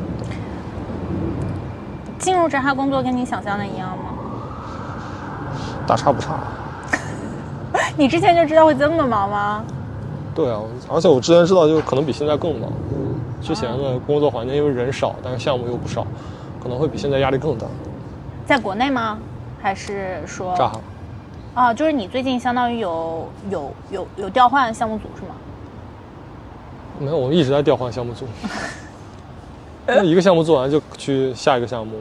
进入扎哈工作跟你想象的一样吗？ 大差不差。 你之前就知道会这么忙吗？ 对啊，而且我之前知道就可能比现在更忙。之前的工作环境因为人少，但是项目又不少，可能会比现在压力更大。 在国内吗？还是说扎哈？ 就是你最近相当于有调换项目组是吗？ 没有，我们一直在调换项目组。那一个项目做完就去下一个项目吗？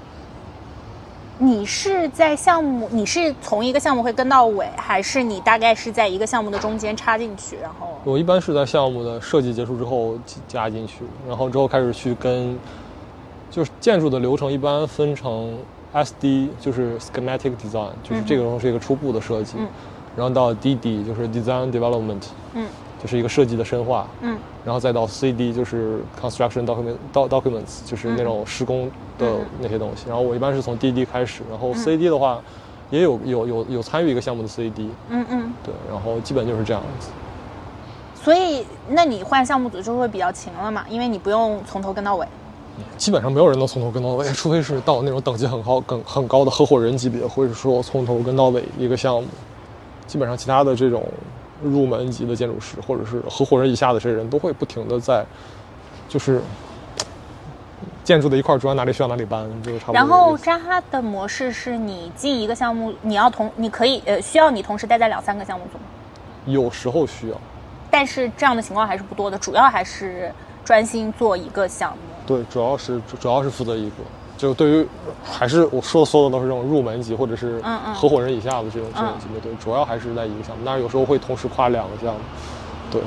你是从一个项目会跟到尾，还是你大概是在一个项目的中间插进去？然后我一般是在项目的设计结束之后加进去，然后之后开始去就是建筑的流程一般分成SD 就是 schematic design， 就是这个东西是一个初步的设计，然后到 DD 就是 design development，就是一个设计的深化，然后再到 CD 就是 construction documents， 就是那种施工的那些东西。然后我一般是从 DD 开始，然后 CD 的话也有参与一个项目的 CD，对，然后基本就是这样子。 所以那你换项目组就会比较勤了嘛，因为你不用从头跟到尾。 基本上没有人能从头跟到尾，除非是到那种等级很高的合伙人级别，或者说从头跟到尾一个项目。基本上其他的这种入门级的建筑师或者是合伙人以下的这些人都会不停的在就是建筑的一块砖哪里需要哪里搬，这个差不多。 然后扎哈的模式是你进一个项目，你可以需要你同时待在2、3个项目组吗？ 有时候需要， 但是这样的情况还是不多的，主要还是专心做一个项目。 对，主要是负责一个。 就对于还是我说的所有的都是这种入门级或者是合伙人以下的这种级别，对，主要还是在一个项目，但是有时候会同时跨2个项目，对。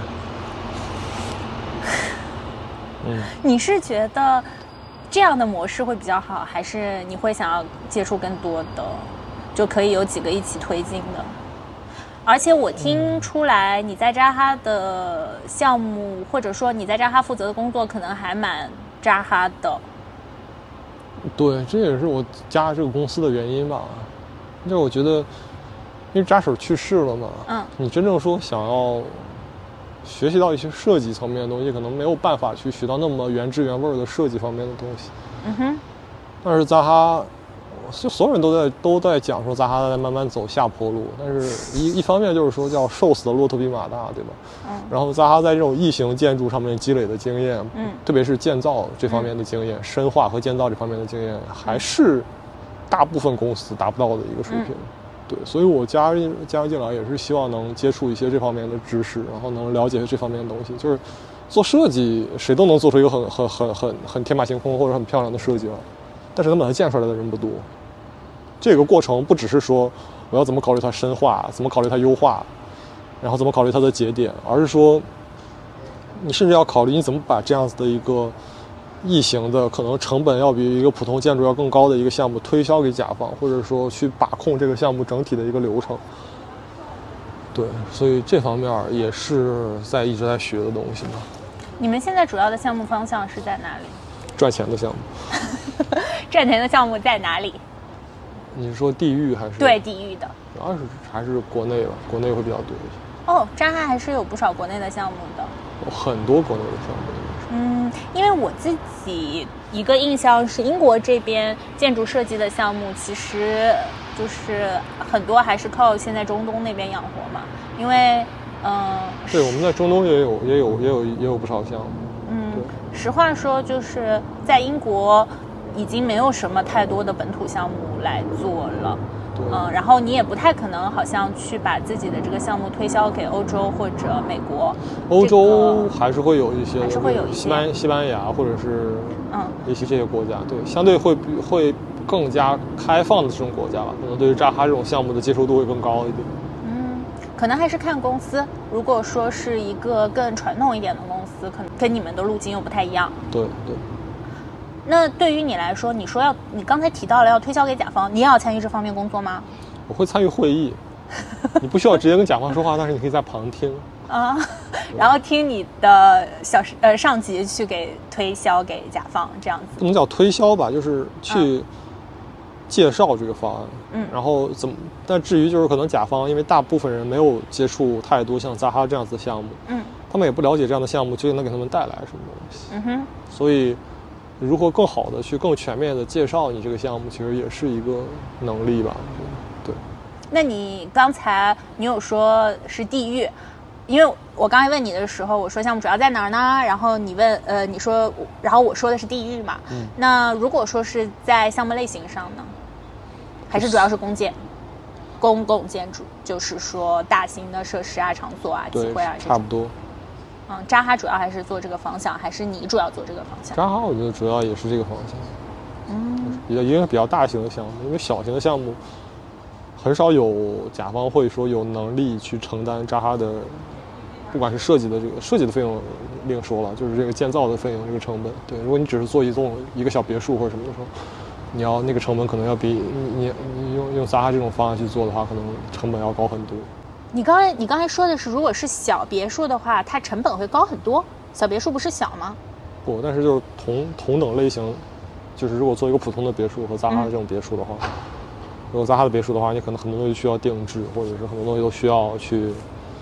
你是觉得这样的模式会比较好，还是你会想要接触更多的，就可以有几个一起推进的？而且我听出来你在扎哈的项目，或者说你在扎哈负责的工作，可能还蛮扎哈的。 对，这也是我加这个公司的原因吧。就我觉得，因为扎手去世了嘛，你真正说想要学习到一些设计层面的东西，可能没有办法去学到那么原汁原味的设计方面的东西。但是扎哈，就所有人都在讲说扎哈在慢慢走下坡路，但是一方面就是说叫瘦死的骆驼比马大，对吧？然后扎哈在这种异形建筑上面积累的经验，特别是建造这方面的经验，深化和建造这方面的经验，还是大部分公司达不到的一个水平。对，所以我加入进来也是希望能接触一些这方面的知识，然后能了解这方面的东西。就是做设计，谁都能做出一个很天马行空或者很漂亮的设计来，但是能把它建出来的人不多。这个过程不只是说我要怎么考虑它深化，怎么考虑它优化，然后怎么考虑它的节点，而是说你甚至要考虑你怎么把这样子的一个异形的可能成本要比一个普通建筑要更高的一个项目推销给甲方，或者说去把控这个项目整体的一个流程。对，所以这方面也是一直在学的东西嘛。 你们现在主要的项目方向是在哪里？ 赚钱的项目。 赚钱的项目在哪里？ 你是说地域还是？ 对，地域的。 主要还是国内吧，国内会比较多一些。 扎哈还是有不少国内的项目的。 很多国内的项目。 因为我自己一个印象是，英国这边建筑设计的项目其实就是很多还是靠现在中东那边养活嘛。因为对，我们在中东也有不少项目。 实话说，就是在英国已经没有什么太多的本土项目来做了。然后你也不太可能好像去把自己的这个项目推销给欧洲或者美国。 欧洲还是会有一些， 还是会有一些西班牙或者是也许这些国家，对，相对会更加开放的这种国家吧，可能对于扎哈这种项目的接受度会更高一点。 可能还是看公司。如果说是一个更传统一点的公司，可能跟你们的路径又不太一样。 对。 那对于你来说，你刚才提到了要推销给甲方，你也要参与这方面工作吗？ 我会参与会议。你不需要直接跟甲方说话，但是你可以在旁听然后听你的上级去给推销给甲方，这样子。 不能叫推销吧，就是去介绍这个方案。然后但至于就是可能甲方，因为大部分人没有接触太多像扎哈这样子的项目，他们也不了解这样的项目究竟能给他们带来什么东西。所以如何更好的去更全面的介绍你这个项目，其实也是一个能力吧。对。 那你刚才你有说是地域，因为我刚才问你的时候，我说项目主要在哪儿呢？然后你问你说，然后我说的是地域嘛。那如果说是在项目类型上呢，还是主要是公共建筑，就是说大型的设施啊、场所啊、集会啊这种。 差不多。 扎哈主要还是做这个方向，还是你主要做这个方向？ 扎哈我觉得主要也是这个方向。一个比较大型的项目，因为小型的项目很少有甲方会说有能力去承担扎哈的，不管是设计的费用另说了，就是这个建造的费用这个成本。对，如果你只是做一个小别墅或者什么的时候，你要那个成本可能要比你用扎哈这种方案去做的话，可能成本要高很多。 你刚才说的是，如果是小别墅的话，它成本会高很多。小别墅不是小吗？ 不，但是就是同等类型，就是如果做一个普通的别墅和扎哈的这种别墅的话，如果扎哈的别墅的话，你可能很多东西需要定制，或者是很多东西都需要去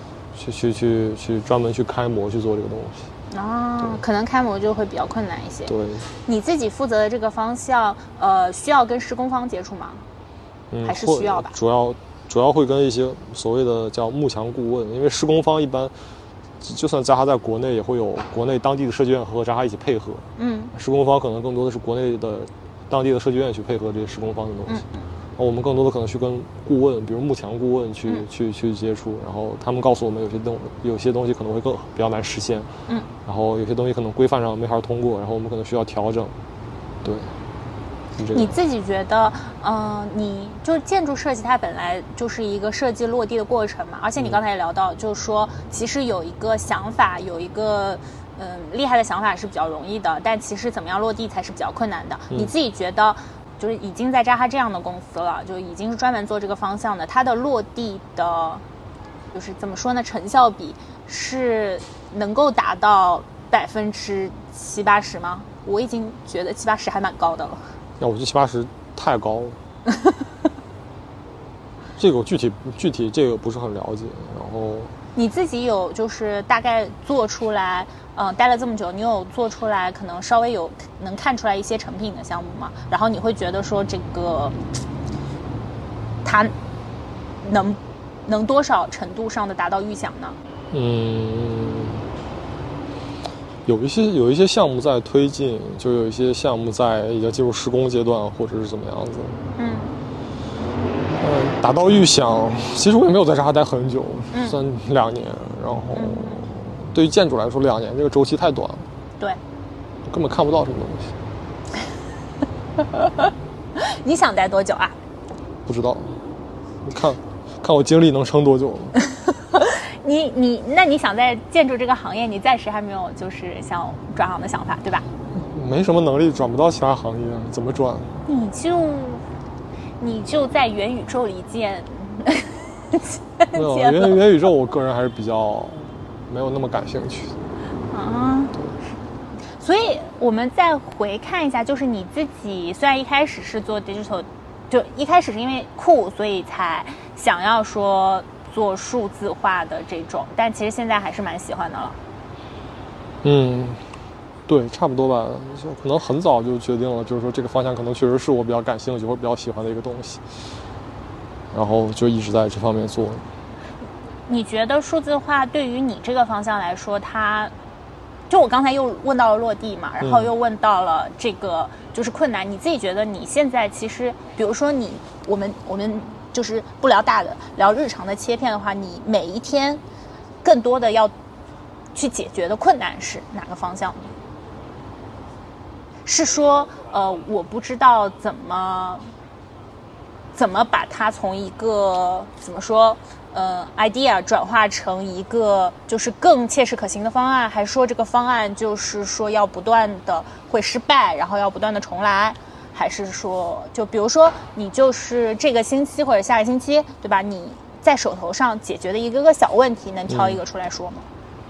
专门去开模去做这个东西。 可能开模就会比较困难一些。 对。 你自己负责的这个方向，需要跟施工方接触吗？还是需要吧？ 主要会跟一些所谓的叫幕墙顾问，因为施工方一般，就算扎哈在国内，也会有国内当地的设计院和扎哈一起配合。施工方可能更多的是国内的当地的设计院去配合这些施工方的东西。我们更多的可能去跟顾问，比如幕墙顾问去接触，然后他们告诉我们有些东西可能会比较难实现。然后有些东西可能规范上没法通过，然后我们可能需要调整。对。 你自己觉得，你就是建筑设计，它本来就是一个设计落地的过程嘛。而且你刚才也聊到，就是说，其实有一个想法，有一个厉害的想法是比较容易的，但其实怎么样落地才是比较困难的。你自己觉得，就是已经在扎哈这样的公司了，就已经是专门做这个方向的，它的落地的，就是怎么说呢，成效比是能够达到70%-80%吗？我已经觉得70%-80%还蛮高的了。 我觉得70%-80%太高了。这个我具体这个不是很了解。然后你自己有就是大概做出来，待了这么久，你有做出来可能稍微有能看出来一些成品的项目吗？然后你会觉得说这个它能多少程度上的达到预想呢？ 有一些项目在推进，就有一些项目已经进入施工阶段，或者是怎么样子。达到预想，其实我也没有在这待很久，算2年。然后，对于建筑来说，2年这个周期太短了， 对， 根本看不到什么东西。你想待多久啊？ 不知道，你看我精力能撑多久了。 那你想在建筑这个行业，你暂时还没有就是想转行的想法，对吧？ 没什么能力，转不到其他行业，怎么转？ 你就在元宇宙里建。 没有元宇宙，我个人还是比较没有那么感兴趣。 所以我们再回看一下，就是你自己虽然一开始是做 digital， 就一开始是因为酷，所以才想要说做数字化的这种，但其实现在还是蛮喜欢的了。 对，差不多吧，就可能很早就决定了，就是说这个方向可能确实是我比较感兴趣或者比较喜欢的一个东西，然后就一直在这方面做。 你觉得数字化对于你这个方向来说，就我刚才又问到了落地嘛，然后又问到了这个就是困难，你自己觉得你现在其实，比如说我们就是不聊大的，聊日常的切片的话，你每一天更多的要去解决的困难是哪个方向呢？是说我不知道怎么把它从一个怎么说idea 转化成一个就是更切实可行的方案，还是说这个方案就是说要不断的会失败，然后要不断的重来，还是说就比如说你就是这个星期或者下个星期，对吧？你在手头上解决的一个个小问题，能挑一个出来说吗？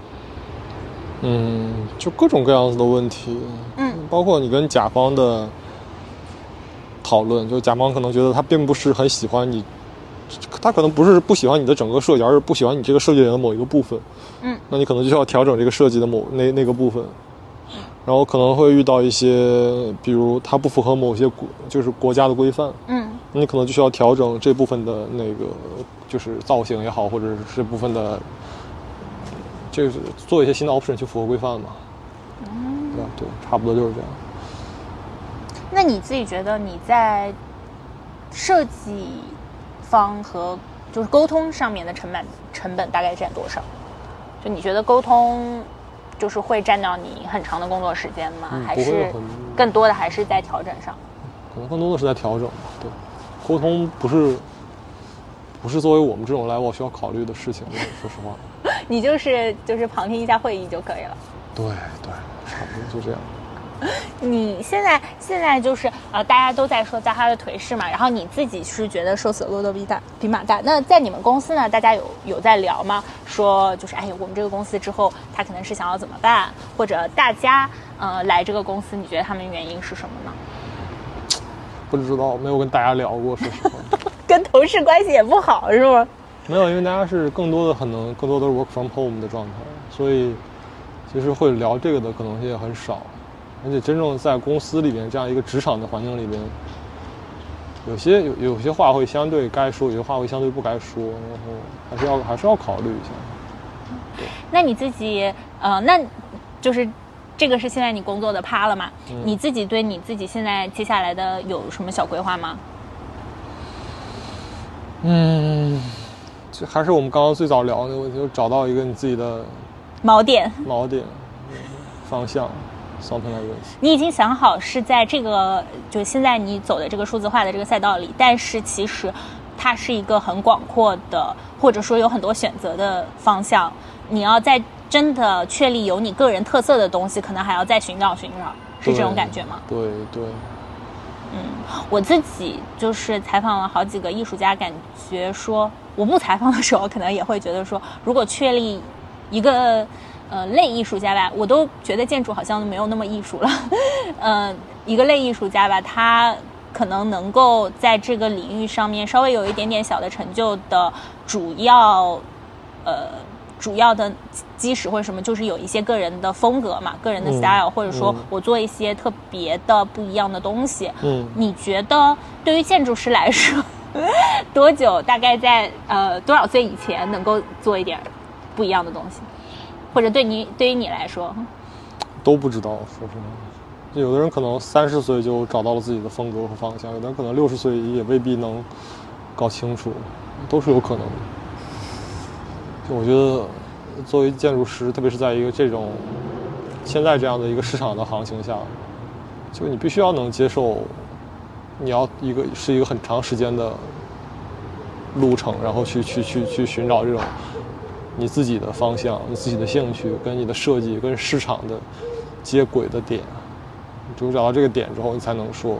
就各种各样子的问题，包括你跟甲方的讨论，就甲方可能觉得他并不是很喜欢你，他可能不是不喜欢你的整个设计，而是不喜欢你这个设计人的某一个部分，那你可能就需要调整这个设计的那个部分，然后可能会遇到一些，比如它不符合某些就是国家的规范，你可能就需要调整这部分的那个就是造型也好，或者是这部分的。就是做一些新的 option 去符合规范嘛，对，差不多就是这样。 那你自己觉得你在设计方和就是沟通上面的成本大概占多少？就你觉得沟通就是会占到你很长的工作时间吗？还是更多的还是在调整上？ 可能更多的是在调整吧。对，沟通不是作为我们这种 level 需要考虑的事情，说实话。 你就是旁听一下会议就可以了。 对，差不多就这样。 你现在就是大家都在说扎哈的颓势嘛，然后你自己是觉得瘦死的骆驼比马大。那在你们公司呢，大家有在聊吗？说就是我们这个公司之后他可能是想要怎么办，或者大家来这个公司，你觉得他们原因是什么呢？ 不知道，没有跟大家聊过，说实话。 跟同事关系也不好是吗？ 没有，因为大家是更多的都是 work from home 的状态，所以其实会聊这个的可能性也很少。而且真正在公司里边这样一个职场的环境里边，有些话会相对该说，有些话会相对不该说，然后还是要考虑一下。对。 那你自己那就是这个是现在你工作的趴了嘛？你自己对你自己现在接下来的有什么小规划吗？ 这还是我们刚刚最早聊的问题，就找到一个你自己的锚点方向。 something like this。 你已经想好是在这个就现在你走的这个数字化的这个赛道里，但是其实它是一个很广阔的，或者说有很多选择的方向。你要在真的确立有你个人特色的东西，可能还要再寻找，是这种感觉吗？ 对对。 我自己就是采访了好几个艺术家，感觉说我不采访的时候，可能也会觉得说，如果确立一个类艺术家吧，我都觉得建筑好像没有那么艺术了。一个类艺术家吧，他可能能够在这个领域上面稍微有一点点小的成就的主要的基石或者什么，就是有一些个人的风格嘛，个人的 style，或者说我做一些特别的不一样的东西。你觉得对于建筑师来说，多久大概在多少岁以前能够做一点不一样的东西？或者对于你来说， 都不知道，说实话。有的人可能30岁就找到了自己的风格和方向，有的人可能60岁也未必能搞清楚，都是有可能的。我觉得作为建筑师，特别是在一个这种现在这样的一个市场的行情下，就你必须要能接受你要是一个很长时间的路程，然后去寻找这种你自己的方向，你自己的兴趣跟你的设计跟市场的接轨的点。只有找到这个点之后，你才能说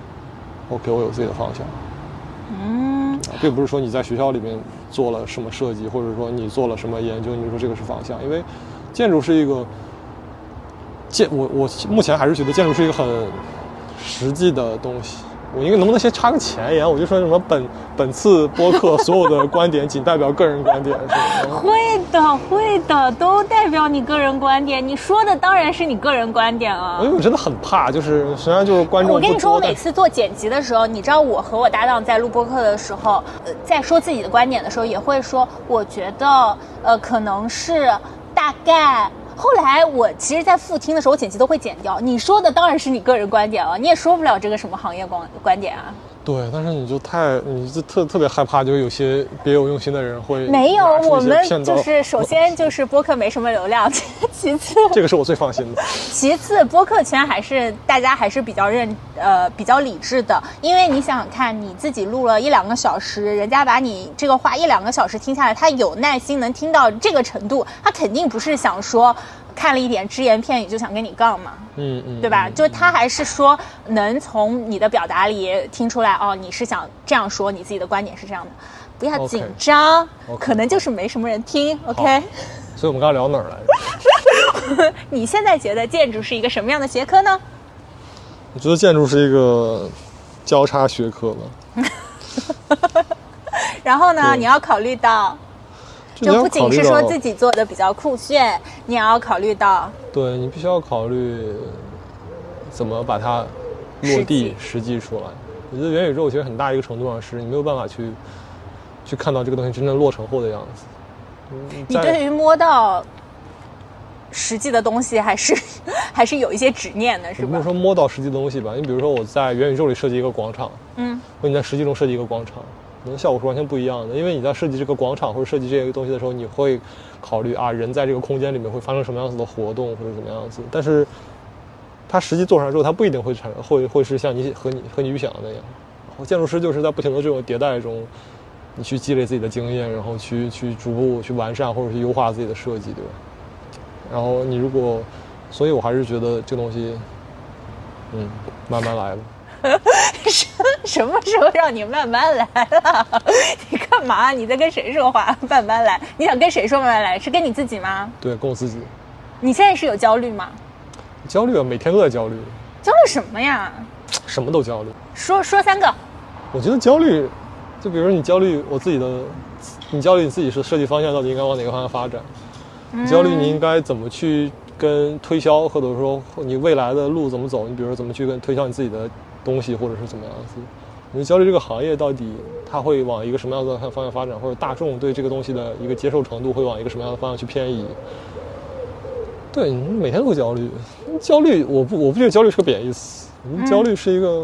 OK 我有自己的方向。并不是说你在学校里面做了什么设计，或者说你做了什么研究，你说这个是方向。因为建筑是一个我目前还是觉得建筑是一个很实际的东西。我应该能不能先插个前言？我就说什么本次播客所有的观点仅代表个人观点，是吗？ 会的，都代表你个人观点。你说的当然是你个人观点啊。 因为我真的很怕，就是实际上就是观众。 我跟你说，我每次做剪辑的时候，你知道我和我搭档在录播客的时候，在说自己的观点的时候，也会说，我觉得可能是大概。后来我其实在复听的时候，我剪辑都会剪掉。你说的当然是你个人观点了，你也说不了这个什么行业观点啊。 对，但是你就特别害怕，就是有些别有用心的人会没有，我们就是首先就是播客没什么流量，其次这个是我最放心的。 其次，播客圈大家还是比较理智的，因为你想想看，你自己录了1-2个小时，人家把你这个话1-2个小时听下来，他有耐心能听到这个程度，他肯定不是想说看了一点只言片语就想跟你杠嘛，对吧？就他还是说能从你的表达里听出来，哦，你是想这样说，你自己的观点是这样的，不要紧张，可能就是没什么人听 ，OK？ 所以我们刚刚聊哪儿来着？ 你现在觉得建筑是一个什么样的学科呢？ 我觉得建筑是一个交叉学科吧。 然后呢，你要考虑到。就不仅是说自己做的比较酷炫，你也要考虑到， 对，你必须要考虑怎么把它落地实际出来。我觉得元宇宙其实很大一个程度上是你没有办法去看到这个东西真正落成后的样子。 你对于摸到实际的东西还是有一些执念的，是吧？ 不是说摸到实际的东西吧，你比如说我在元宇宙里设计一个广场，或你在实际中设计一个广场。可能效果是完全不一样的，因为你在设计这个广场或者设计这个东西的时候，你会考虑人在这个空间里面会发生什么样子的活动或者怎么样子，但是它实际做出来之后，它不一定会是像你和你预想的那样。然后建筑师就是在不停的这种迭代中，你去积累自己的经验，然后去逐步去完善或者去优化自己的设计，对吧？然后你所以我还是觉得这个东西，慢慢来吧。 什么时候让你慢慢来了？你干嘛？你在跟谁说话？慢慢来？你想跟谁说慢慢来？是跟你自己吗？ 对，跟我自己。 你现在是有焦虑吗？ 焦虑啊，每天都在焦虑。 焦虑什么呀？ 什么都焦虑。 说3个。 我觉得焦虑，就比如说你焦虑你焦虑你自己是设计方向到底应该往哪个方向发展？你焦虑你应该怎么去跟推销，或者说你未来的路怎么走？你比如说怎么去跟推销你自己的东西，或者是怎么样子？你焦虑这个行业到底它会往一个什么样的方向发展，或者大众对这个东西的一个接受程度会往一个什么样的方向去偏移？对，你每天都焦虑。焦虑，我不觉得焦虑是个贬义词。焦虑是一个，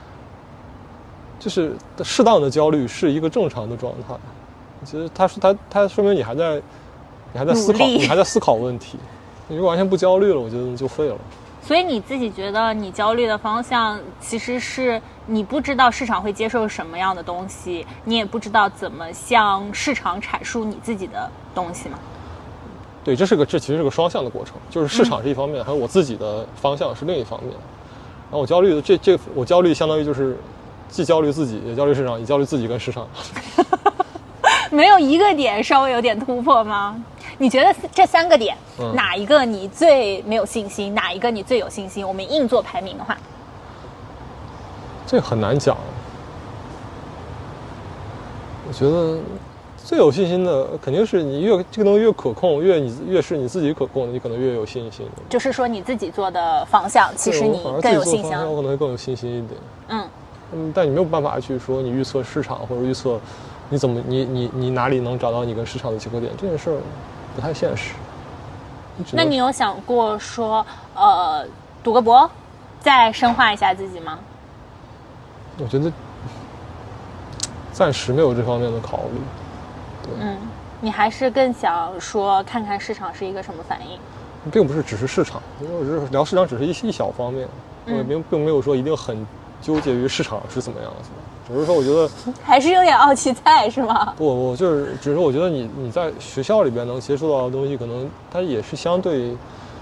就是适当的焦虑是一个正常的状态。其实它说明你还在思考，你还在思考问题。你如果完全不焦虑了，我觉得就废了。 所以你自己觉得你焦虑的方向其实是你不知道市场会接受什么样的东西，你也不知道怎么向市场阐述你自己的东西吗？ 对，这其实是个双向的过程，就是市场是一方面，还有我自己的方向是另一方面。然后我焦虑的我焦虑相当于就是既焦虑自己，也焦虑市场，也焦虑自己跟市场。 没有一个点稍微有点突破吗？你觉得这3个点，哪一个你最没有信心，哪一个你最有信心？我们硬做排名的话， 这很难讲。我觉得最有信心的肯定是你这个东西越可控，越是你自己可控的，你可能越有信心。 就是说你自己做的方向，其实你更有信心。 我可能会更有信心一点。但你没有办法去说你预测市场或者预测你哪里能找到你跟市场的结合点，这件事儿不太现实。 那你有想过说赌个博，再深化一下自己吗？ 我觉得暂时没有这方面的考虑。对， 你还是更想说看看市场是一个什么反应， 并不是只是市场，因为我是聊市场只是一小方面，我并没有说一定很纠结于市场是怎么样子的，只是说我觉得还是有点傲气在，是吗？ 不，我只是我觉得你在学校里边能接触到的东西，可能它也是相对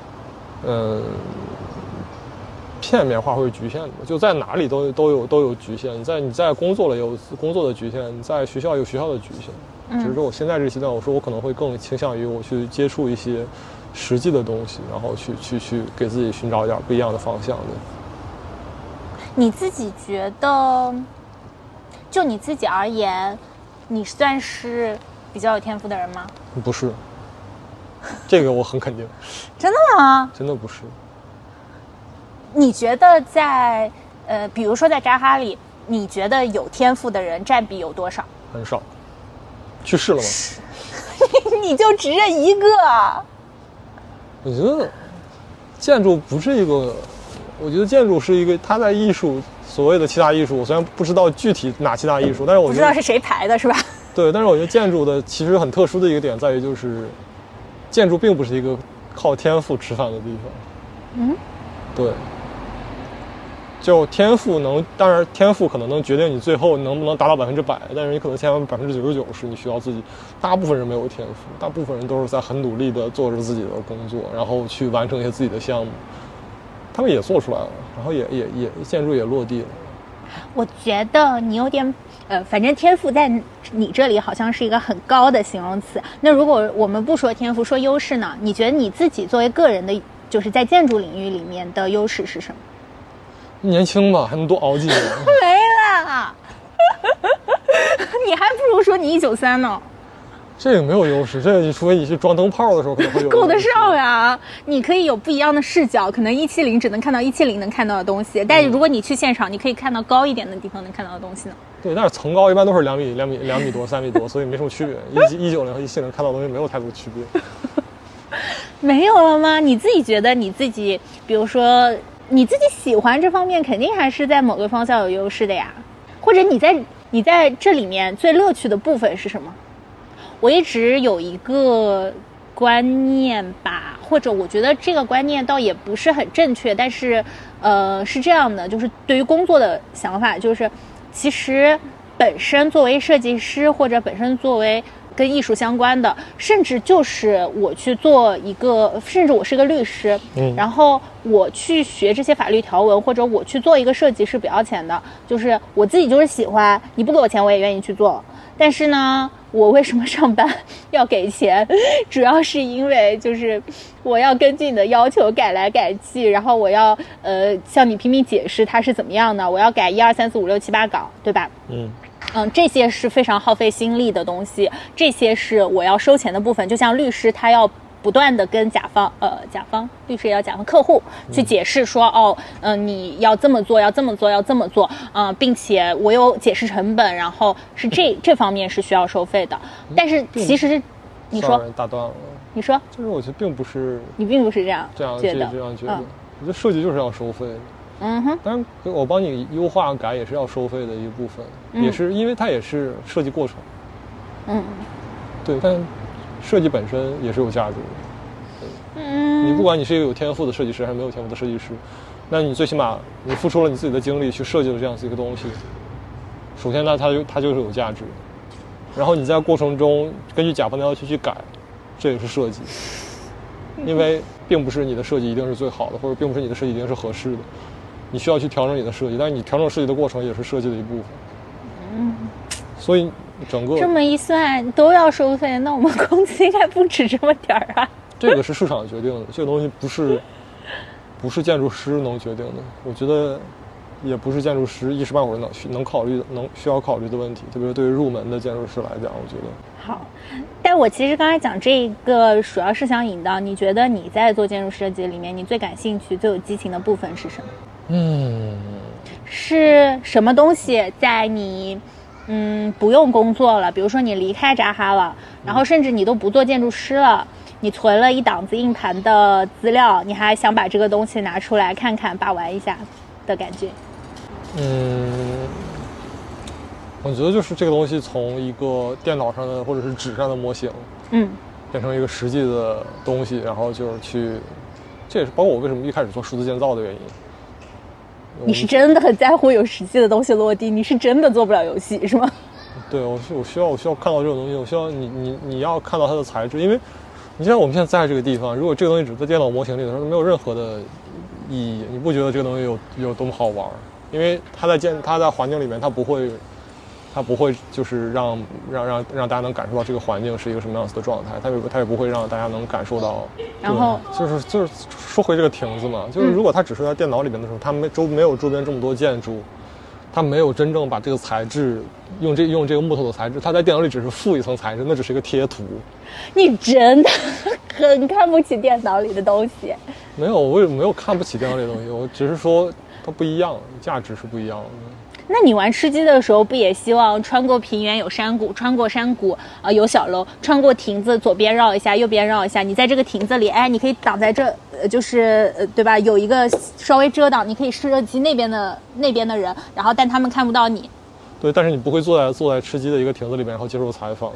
片面化或者局限的，就在哪里都有局限。你在工作了有工作的局限，你在学校有学校的局限。只是说我现在这个阶段，我说我可能会更倾向于我去接触一些实际的东西，然后去给自己寻找一点不一样的方向的。 你自己觉得，就你自己而言，你算是比较有天赋的人吗？ 不是，这个我很肯定。 真的吗？ 真的不是。 你觉得在比如说在扎哈里，你觉得有天赋的人占比有多少？ 很少。去世了吗？ 你就只认一个？ 我觉得建筑不是一个，我觉得建筑是一个，它在艺术所谓的七大艺术，我虽然不知道具体哪七大艺术，但是我觉得不知道是谁排的，是吧？ 对，但是我觉得建筑的其实很特殊的一个点在于，就是建筑并不是一个靠天赋吃饭的地方。对。就天赋当然天赋可能能决定你最后能不能达到100%，但是你可能前99%是你需要自己。大部分人没有天赋，大部分人都是在很努力的做着自己的工作，然后去完成一些自己的项目。他们也做出来了，然后也建筑也落地了。 我觉得你有点反正天赋在你这里好像是一个很高的形容词。那如果我们不说天赋，说优势呢？你觉得你自己作为个人的，就是在建筑领域里面的优势是什么？ 年轻吧，还能多熬几年。 没了，你还不如说你193呢。 这个没有优势，这个除非你去装灯泡的时候可能会有。 够得上呀！你可以有不一样的视角，可能170只能看到170能看到的东西，但是如果你去现场，你可以看到高一点的地方能看到的东西呢。 对，但是层高一般都是2米多、3米多，所以没什么区别。190和170看到的东西没有太多区别。 没有了吗？你自己觉得你自己，比如说你自己喜欢这方面，肯定还是在某个方向有优势的呀。或者你在这里面最乐趣的部分是什么？我一直有一个观念吧，或者我觉得这个观念倒也不是很正确，但是是这样的，就是对于工作的想法，就是其实本身作为设计师，或者本身作为跟艺术相关的，甚至就是我去做一个，甚至我是个律师，然后我去学这些法律条文，或者我去做一个设计是不要钱的，就是我自己就是喜欢，你不给我钱我也愿意去做。但是呢，我为什么上班要给钱？主要是因为就是我要根据你的要求改来改去，然后我要向你拼命解释它是怎么样的，我要改1、2、3、4、5、6、7、8稿，对吧？这些是非常耗费心力的东西，这些是我要收钱的部分。就像律师他要不断的跟律师也要甲方客户去解释说，你要这么做，要这么做，要这么做，并且我有解释成本，然后是这方面是需要收费的。但是其实是你说打断了， 你说， 就是我觉得并不是， 你并不是这样觉得， 我觉得设计就是要收费的。当然我帮你优化改也是要收费的一部分，也是因为它也是设计过程。对，但设计本身也是有价值的。 你不管你是一个有天赋的设计师还是没有天赋的设计师，那你最起码你付出了你自己的精力去设计了这样子一个东西，首先呢它就是有价值，然后你在过程中根据甲方的要求去改，这也是设计。因为并不是你的设计一定是最好的，或者并不是你的设计一定是合适的，你需要去调整你的设计，但是你调整设计的过程也是设计的一部分。所以整个这么一算都要收费，那我们工资应该不止这么点儿啊。 这个是市场决定的，这个东西不是建筑师能决定的，我觉得也不是建筑师一时半会儿能考虑需要考虑的问题，特别对于入门的建筑师来讲，我觉得好。但我其实刚才讲这个主要是想引导你觉得你在做建筑设计里面你最感兴趣最有激情的部分是什么？是什么东西在你不用工作了，比如说你离开扎哈了，然后甚至你都不做建筑师了，你存了一档子硬盘的资料，你还想把这个东西拿出来看看把玩一下的感觉？ 我觉得就是这个东西从一个电脑上的或者是纸上的模型，变成一个实际的东西，然后就是去，这也是包括我为什么一开始做数字建造的原因。 你是真的很在乎有实际的东西落地，你是真的做不了游戏是吗？ 对，我需要看到这种东西，我需要你要看到它的材质，因为你像我们现在在这个地方，如果这个东西只在电脑模型里的时候，没有任何的意义，你不觉得这个东西有多么好玩？因为它在环境里面，它不会就是让大家能感受到这个环境是一个什么样子的状态，它也不会让大家能感受到。 然后就是说回这个亭子嘛，就是如果它只是在电脑里面的时候，它没有周边这么多建筑，它没有真正把这个材质用这个木头的材质，它在电脑里只是附一层材质，那只是一个贴图。你真的很看不起电脑里的东西。 没有，我也没有看不起电脑里的东西，我只是说它不一样，价值是不一样的。 那你玩吃鸡的时候不也希望穿过平原有山谷，穿过山谷有小楼，穿过亭子左边绕一下右边绕一下，你在这个亭子里你可以挡在这就是对吧，有一个稍微遮挡，你可以射击那边的人，然后但他们看不到你。 对，但是你不会坐在吃鸡的一个亭子里面然后接受采访。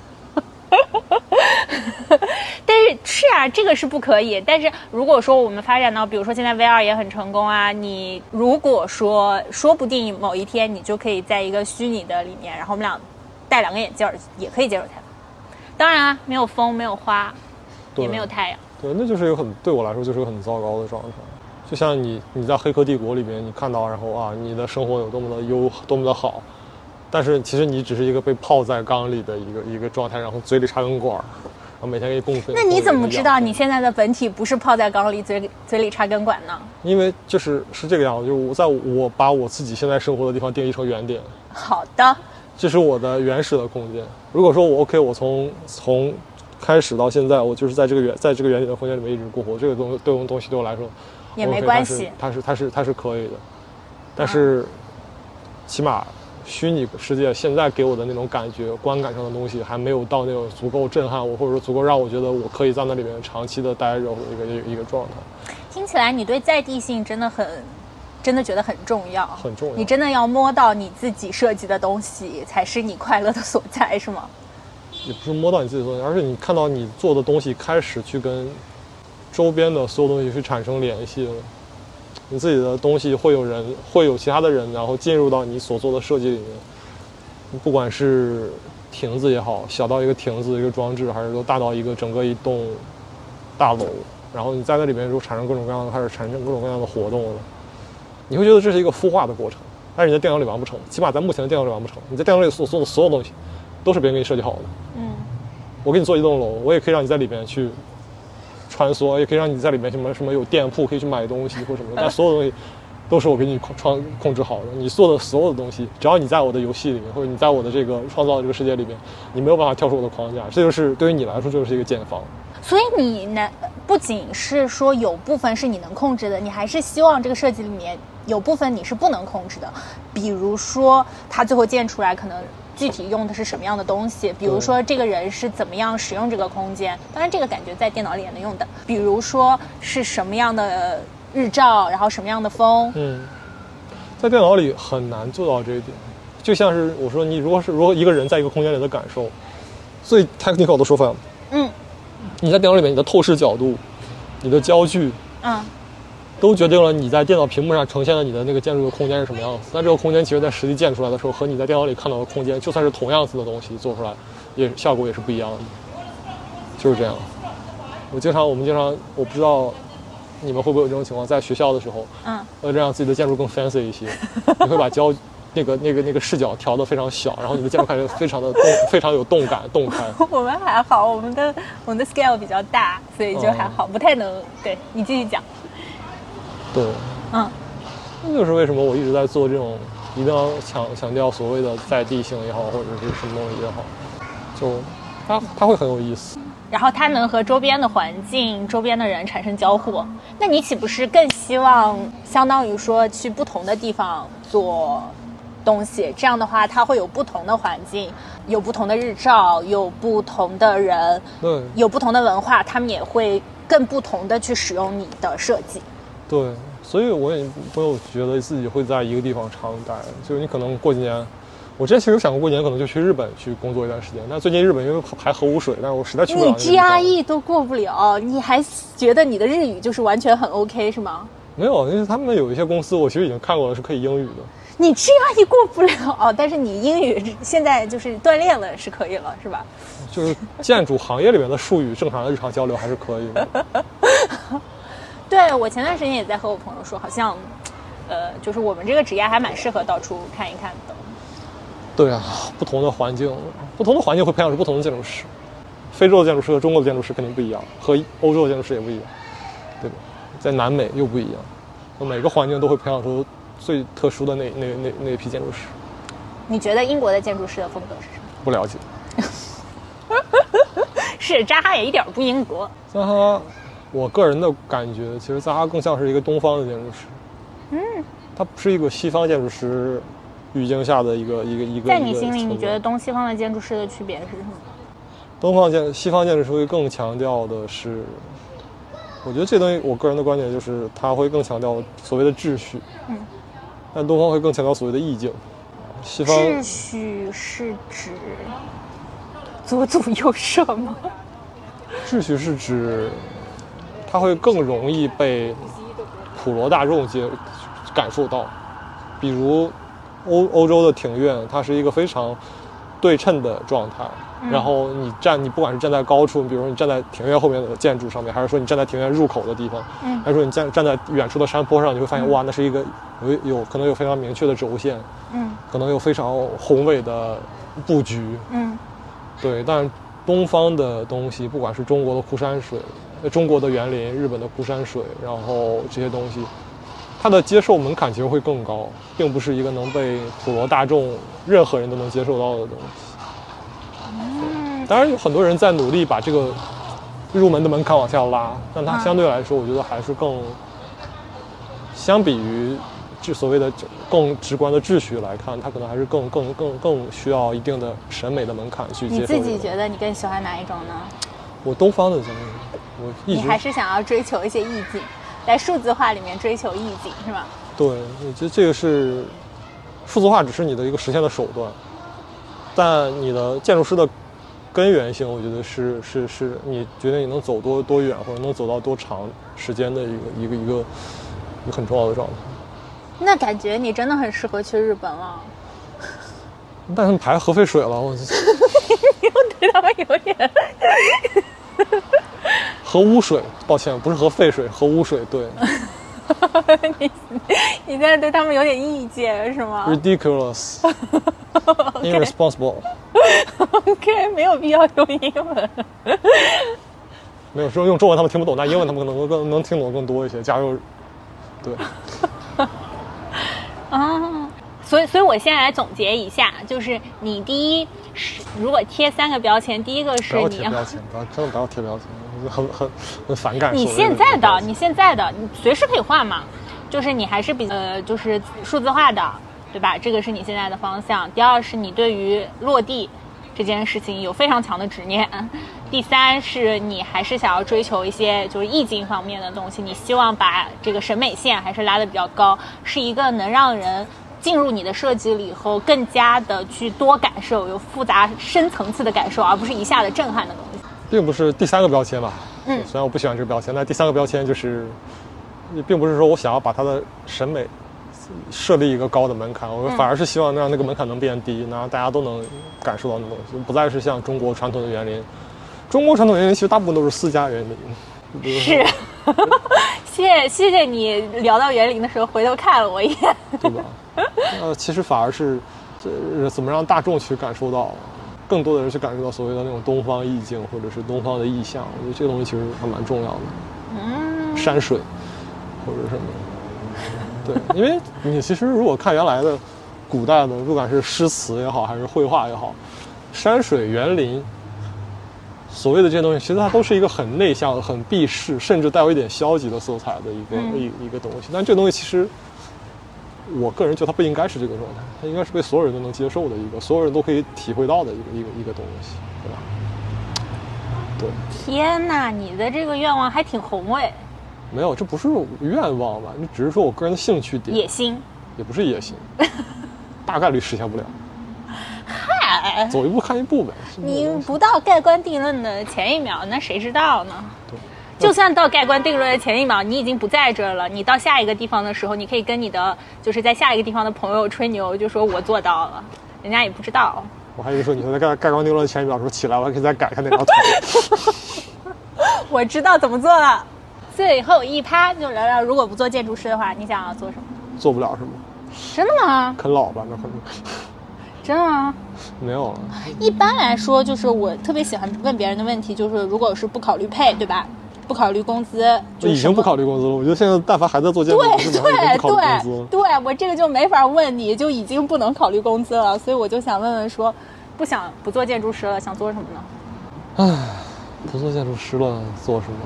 但是这个是不可以。但是如果说我们发展到比如说现在 VR 也很成功啊，你如果说不定某一天你就可以在一个虚拟的里面，然后我们俩戴2个眼镜也可以接受采访。当然没有风没有花也没有太阳。 对，那就是一个对我来说就是一个很糟糕的状态。就像你在《黑客帝国》里面你看到然后你的生活有多么的多么的好，但是其实你只是一个被泡在缸里的一个状态，然后嘴里插根管，然后每天给你供水。 那你怎么知道你现在的本体不是泡在缸里嘴里插根管呢？ 因为是这个样子，就是我把我自己现在生活的地方定义成原点。 好的， 这是我的原始的空间。如果说我 OK， 我从开始到现在，我就是在这个原点的空间里面一直过活，这个东西对我来说也没关系， 它是可以的。但是起码虚拟世界现在给我的那种感觉，观感上的东西还没有到那种足够震撼我，或者说足够让我觉得我可以在那里面长期的待着的一个状态。 听起来你对在地性真的觉得很重要， 很重要。 你真的要摸到你自己设计的东西，才是你快乐的所在，是吗？ 也不是摸到你自己的东西，而是你看到你做的东西开始去跟周边的所有东西去产生联系了。你自己的东西会有其他的人，然后进入到你所做的设计里面。不管是亭子也好，小到一个亭子一个装置，还是说大到整个一栋大楼，然后你在那里面就开始产生各种各样的活动了。你会觉得这是一个孵化的过程，但是你在电脑里完不成，起码在目前的电脑里完不成。你在电脑里所做的所有东西都是别人给你设计好的。我给你做一栋楼，我也可以让你在里面去穿梭，也可以让你在里面什么有店铺可以去买东西或什么的，但所有东西都是我给你控制好的。你做的所有的东西，只要你在我的游戏里面，或者你在我的这个创造的这个世界里面，你没有办法跳出我的框架，这就是对于你来说就是一个茧房。 所以你不仅是说有部分是你能控制的，你还是希望这个设计里面有部分你是不能控制的，比如说它最后建出来可能具体用的是什么样的东西，比如说这个人是怎么样使用这个空间，当然这个感觉在电脑里也能用的，比如说是什么样的日照，然后什么样的风。 在电脑里很难做到这一点。就像是我说，你如果一个人在一个空间里的感受，最 technical 的说法，你在电脑里面你的透视角度你的焦距，都决定了你在电脑屏幕上呈现的你的那个建筑的空间是什么样子。但这个空间其实在实际建出来的时候，和你在电脑里看到的空间，就算是同样子的东西做出来，效果也是不一样的。就是这样。我们经常，我不知道你们会不会有这种情况，在学校的时候，为了让自己的建筑更 fancy 一些，你会把那个视角调得非常小，然后你的建筑看起来非常有动感动开。 我们还好，我们的 scale 比较大，所以就还好，不太能。对，你继续讲。 对，这就是为什么我一直在做这种一定要强调所谓的在地性也好，或者是什么东西也好，就它会很有意思。 然后它能和周边的环境、周边的人产生交互，那你岂不是更希望相当于说去不同的地方做东西？这样的话，它会有不同的环境，有不同的日照，有不同的人，有不同的文化，他们也会更不同的去使用你的设计。 对，所以我也没有觉得自己会在一个地方长待，就是你可能过几年。我之前其实想过年可能就去日本去工作一段时间，但最近日本因为排核污水，但是我实在去不了。 你 GRE 都过不了，你还觉得你的日语就是完全很 OK 是吗？ 没有，因为他们有一些公司我其实已经看过了，是可以英语的。 你 GRE 过不了，但是你英语现在就是锻炼了是可以了，是吧？ 就是建筑行业里面的术语，正常的日常交流还是可以的。 对，我前段时间也在和我朋友说，好像，就是我们这个职业还蛮适合到处看一看的。 对啊，不同的环境会培养出不同的建筑师。非洲的建筑师和中国的建筑师肯定不一样，和欧洲的建筑师也不一样，对吧？在南美又不一样，每个环境都会培养出最特殊的那批建筑师。 你觉得英国的建筑师的风格是什么？ 不了解。 是扎哈也一点不英国。 扎哈，我个人的感觉，其实扎哈更像是一个东方的建筑师。他不是一个西方建筑师语境下的一个。 在你心里，你觉得东西方的建筑师的区别是什么？西方建筑师会更强调的是，我觉得这东西，我个人的观点就是，他会更强调所谓的秩序，但东方会更强调所谓的意境。西方秩序是指左祖右社吗？ 秩序是指，它会更容易被普罗大众感受到，比如欧洲的庭院，它是一个非常对称的状态。然后你不管是站在高处，比如说你站在庭院后面的建筑上面，还是说你站在庭院入口的地方，还是说你站在远处的山坡上，你会发现哇，那是一个可能有非常明确的轴线，可能有非常宏伟的布局，对。但东方的东西，不管是中国的枯山水、中国的园林、日本的枯山水，然后这些东西，它的接受门槛其实会更高，并不是一个能被普罗大众任何人都能接受到的东西。当然有很多人在努力把这个入门的门槛往下拉，但它相对来说，我觉得还是更相比于所谓的更直观的秩序来看，它可能还是更需要一定的审美的门槛去接受。 你自己觉得你更喜欢哪一种呢？ 我东方的建筑，你还是想要追求一些意境，在数字化里面追求意境是吗？ 对，我觉得这个是数字化只是你的一个实现的手段，但你的建筑师的根源性，我觉得是你觉得你能走多远，或者能走到多长时间的一个很重要的状态。 那感觉你真的很适合去日本了。 但他们排核废水了，我又对他们有点核污水，抱歉，不是核废水，核污水，对。 你现在对他们有点意见是吗 ？Ridiculous， irresponsible。 OK， 没有必要用英文。 没有说用中文他们听不懂，但英文他们可能能听懂更多一些。加入，对。 所以我现在来总结一下，就是你第一是如果贴3个标签，第一个是你要贴标签，真的不要贴标签，很反感。 你现在的你随时可以换嘛，就是你还是就是数字化的，对吧？这个是你现在的方向。第二是你对于落地这件事情有非常强的执念。第三是你还是想要追求一些就是意境方面的东西，你希望把这个审美线还是拉得比较高，是一个能让人进入你的设计里以后更加的去多感受，有复杂深层次的感受，而不是一下的震撼的东西。 并不是第3个标签吧， 虽然我不喜欢这个标签，但第3个标签就是，并不是说我想要把它的审美设立一个高的门槛，我反而是希望让那个门槛能变低，能让大家都能感受到那东西，不再是像中国传统的园林。中国传统园林其实大部分都是私家园林。 是，谢谢你聊到园林的时候回头看了我一眼， 对吧？其实反而是，怎么让大众去感受到，更多的人去感受到所谓的那种东方意境或者是东方的意象，我觉得这个东西其实还蛮重要的。山水或者什么。对，因为你其实如果看原来的古代的，不管是诗词也好，还是绘画也好，山水园林，所谓的这些东西，其实它都是一个很内向、很避世，甚至带有一点消极的色彩的一个东西。但这个东西其实，我个人觉得它不应该是这个状态，它应该是被所有人都能接受的一个，所有人都可以体会到的一个东西，对吧？对。 天哪，你的这个愿望还挺宏伟。 没有，这不是愿望吧？你只是说我个人的兴趣点。 野心。也不是野心，大概率实现不了。 嗨， 走一步看一步呗。 你不到盖棺定论的前一秒，那谁知道呢？对。就算到盖棺定论的前一秒，你已经不在这了，你到下一个地方的时候，你可以跟你的就是在下一个地方的朋友吹牛，就说我做到了，人家也不知道。 我还以为说你说在盖棺定论的前一秒说起来，我还可以再改一下那条腿。 我知道怎么做了。最后一趴就聊聊，如果不做建筑师的话，你想要做什么？ 做不了什么。 真的吗？ 啃老吧，那可能。 真的吗？ 没有了。 一般来说，就是我特别喜欢问别人的问题，就是如果是不考虑配，对吧？不考虑工资，就已经不考虑工资了。我觉得现在但凡还在做建筑师， 对，我这个就没法问你，就已经不能考虑工资了。所以我就想问问说，不做建筑师了，想做什么呢？ 唉，不做建筑师了，做什么？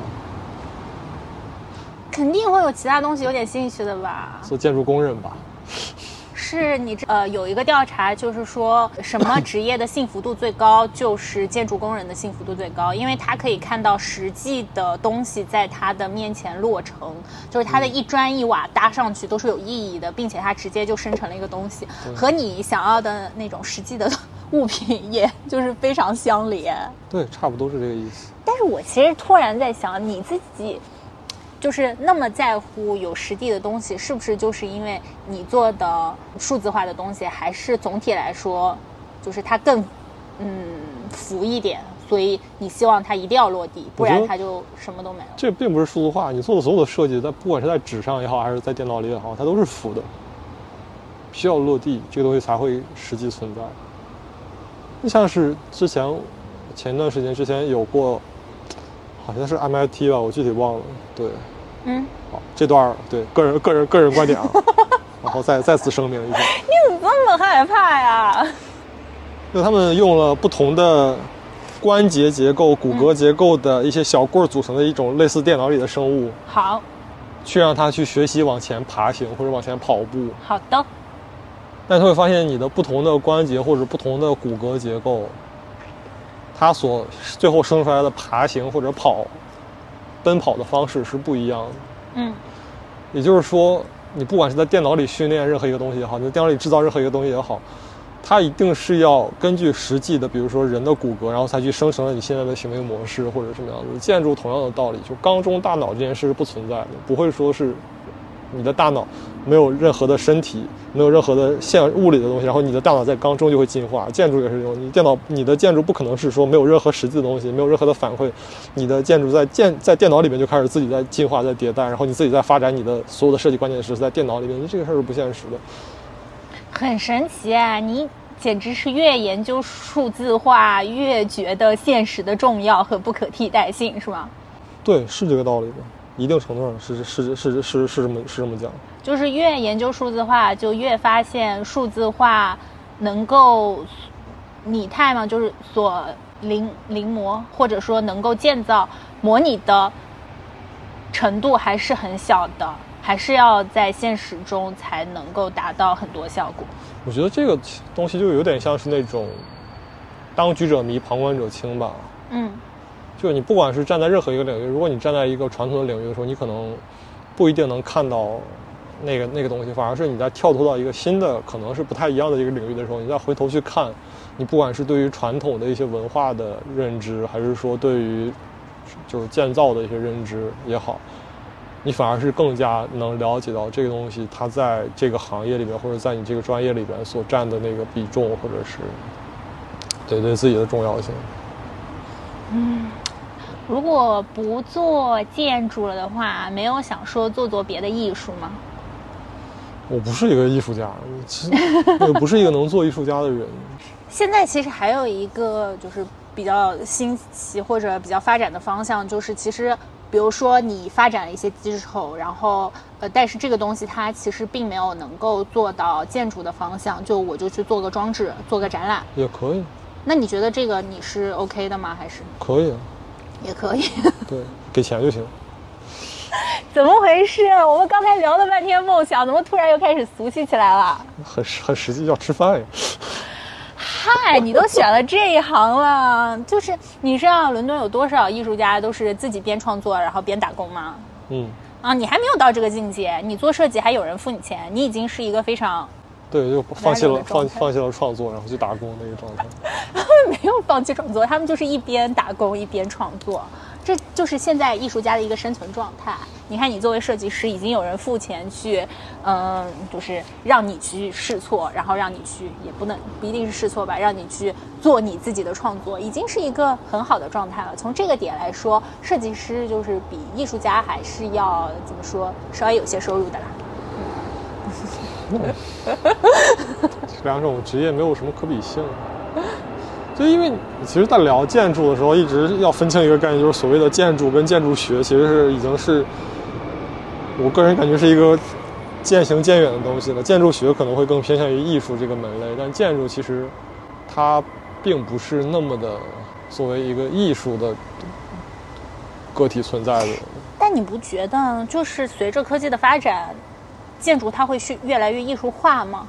肯定会有其他东西有点兴趣的吧？ 做建筑工人吧。 是你有一个调查，就是说什么职业的幸福度最高，就是建筑工人的幸福度最高，因为他可以看到实际的东西在他的面前落成，就是他的一砖一瓦搭上去都是有意义的，并且他直接就生成了一个东西，和你想要的那种实际的物品也就是非常相连。 对，差不多是这个意思。 但是我其实突然在想，你自己就是那么在乎有实地的东西，是不是就是因为你做的数字化的东西还是总体来说就是它更浮一点，所以你希望它一定要落地，不然它就什么都没有。 这并不是数字化，你做的所有的设计，不管是在纸上也好，还是在电脑里也好，它都是浮的，需要落地这个东西才会实际存在。你像是前段时间之前有过，好像是 MIT 吧，我具体忘了。对，好，这段对个人观点啊，然后再次声明一下。 你怎么这么害怕呀？ 因为他们用了不同的关节结构、骨骼结构的一些小棍组成的一种类似电脑里的生物， 好， 去让它去学习往前爬行或者往前跑步。 好的。 但他会发现你的不同的关节或者不同的骨骼结构，它所最后生出来的爬行或者奔跑的方式是不一样的。也就是说，你不管是在电脑里训练任何一个东西也好，你在电脑里制造任何一个东西也好，它一定是要根据实际的，比如说人的骨骼，然后才去生成了你现在的行为模式或者什么样子。建筑同样的道理，就缸中大脑这件事是不存在的，不会说是你的大脑没有任何的身体，没有任何的物理的东西，然后你的大脑在缸中就会进化。建筑也是这种，你的建筑不可能是说没有任何实际的东西，没有任何的反馈，你的建筑在电脑里面就开始自己在进化、在迭代，然后你自己在发展你的所有的设计关键是在电脑里面，这个事儿是不现实的。很神奇啊！你简直是越研究数字化越觉得现实的重要和不可替代性，是吗？ 对，是这个道理的。一定程度上是这么讲， 就是越研究数字化，就越发现数字化能够拟态嘛，就是所临摹或者说能够建造模拟的程度还是很小的，还是要在现实中才能够达到很多效果。 我觉得这个东西就有点像是那种当局者迷，旁观者清吧。就是你不管是站在任何一个领域，如果你站在一个传统的领域的时候，你可能不一定能看到那个东西，反而是你在跳脱到一个新的可能是不太一样的一个领域的时候，你再回头去看，你不管是对于传统的一些文化的认知，还是说对于就是建造的一些认知也好，你反而是更加能了解到这个东西它在这个行业里面或者在你这个专业里边所占的那个比重，或者是对自己的重要性。 如果不做建筑了的话，没有想说做别的艺术吗？ 我不是一个艺术家，我不是一个能做艺术家的人。 现在其实还有一个就是比较新奇或者比较发展的方向，就是其实比如说你发展了一些基础，然后但是这个东西它其实并没有能够做到建筑的方向，我就去做个装置，做个展览也可以。 那你觉得这个你是 OK 的吗？还是可以啊， 也可以。 对，给钱就行。 怎么回事？我们刚才聊了半天梦想，怎么突然又开始俗气起来了？ 很实际，要吃饭呀。 嗨，你都选了这一行了，就是你知道伦敦有多少艺术家都是自己边创作然后边打工吗？你还没有到这个境界，你做设计还有人付你钱，你已经是一个非常对，就放弃了创作，然后去打工那个状态。 他们没有放弃创作，他们就是一边打工一边创作，这就是现在艺术家的一个生存状态。你看，你作为设计师，已经有人付钱去，就是让你去试错，然后让你去，也不一定是试错吧，让你去做你自己的创作，已经是一个很好的状态了。从这个点来说，设计师就是比艺术家还是要怎么说，稍微有些收入的啦。 这两种职业没有什么可比性。就因为其实在聊建筑的时候，一直要分清一个概念，就是所谓的建筑跟建筑学其实已经是我个人感觉是一个渐行渐远的东西了。建筑学可能会更偏向于艺术这个门类，但建筑其实它并不是那么的作为一个艺术的个体存在的。 但你不觉得就是随着科技的发展，建筑它会越来越艺术化吗？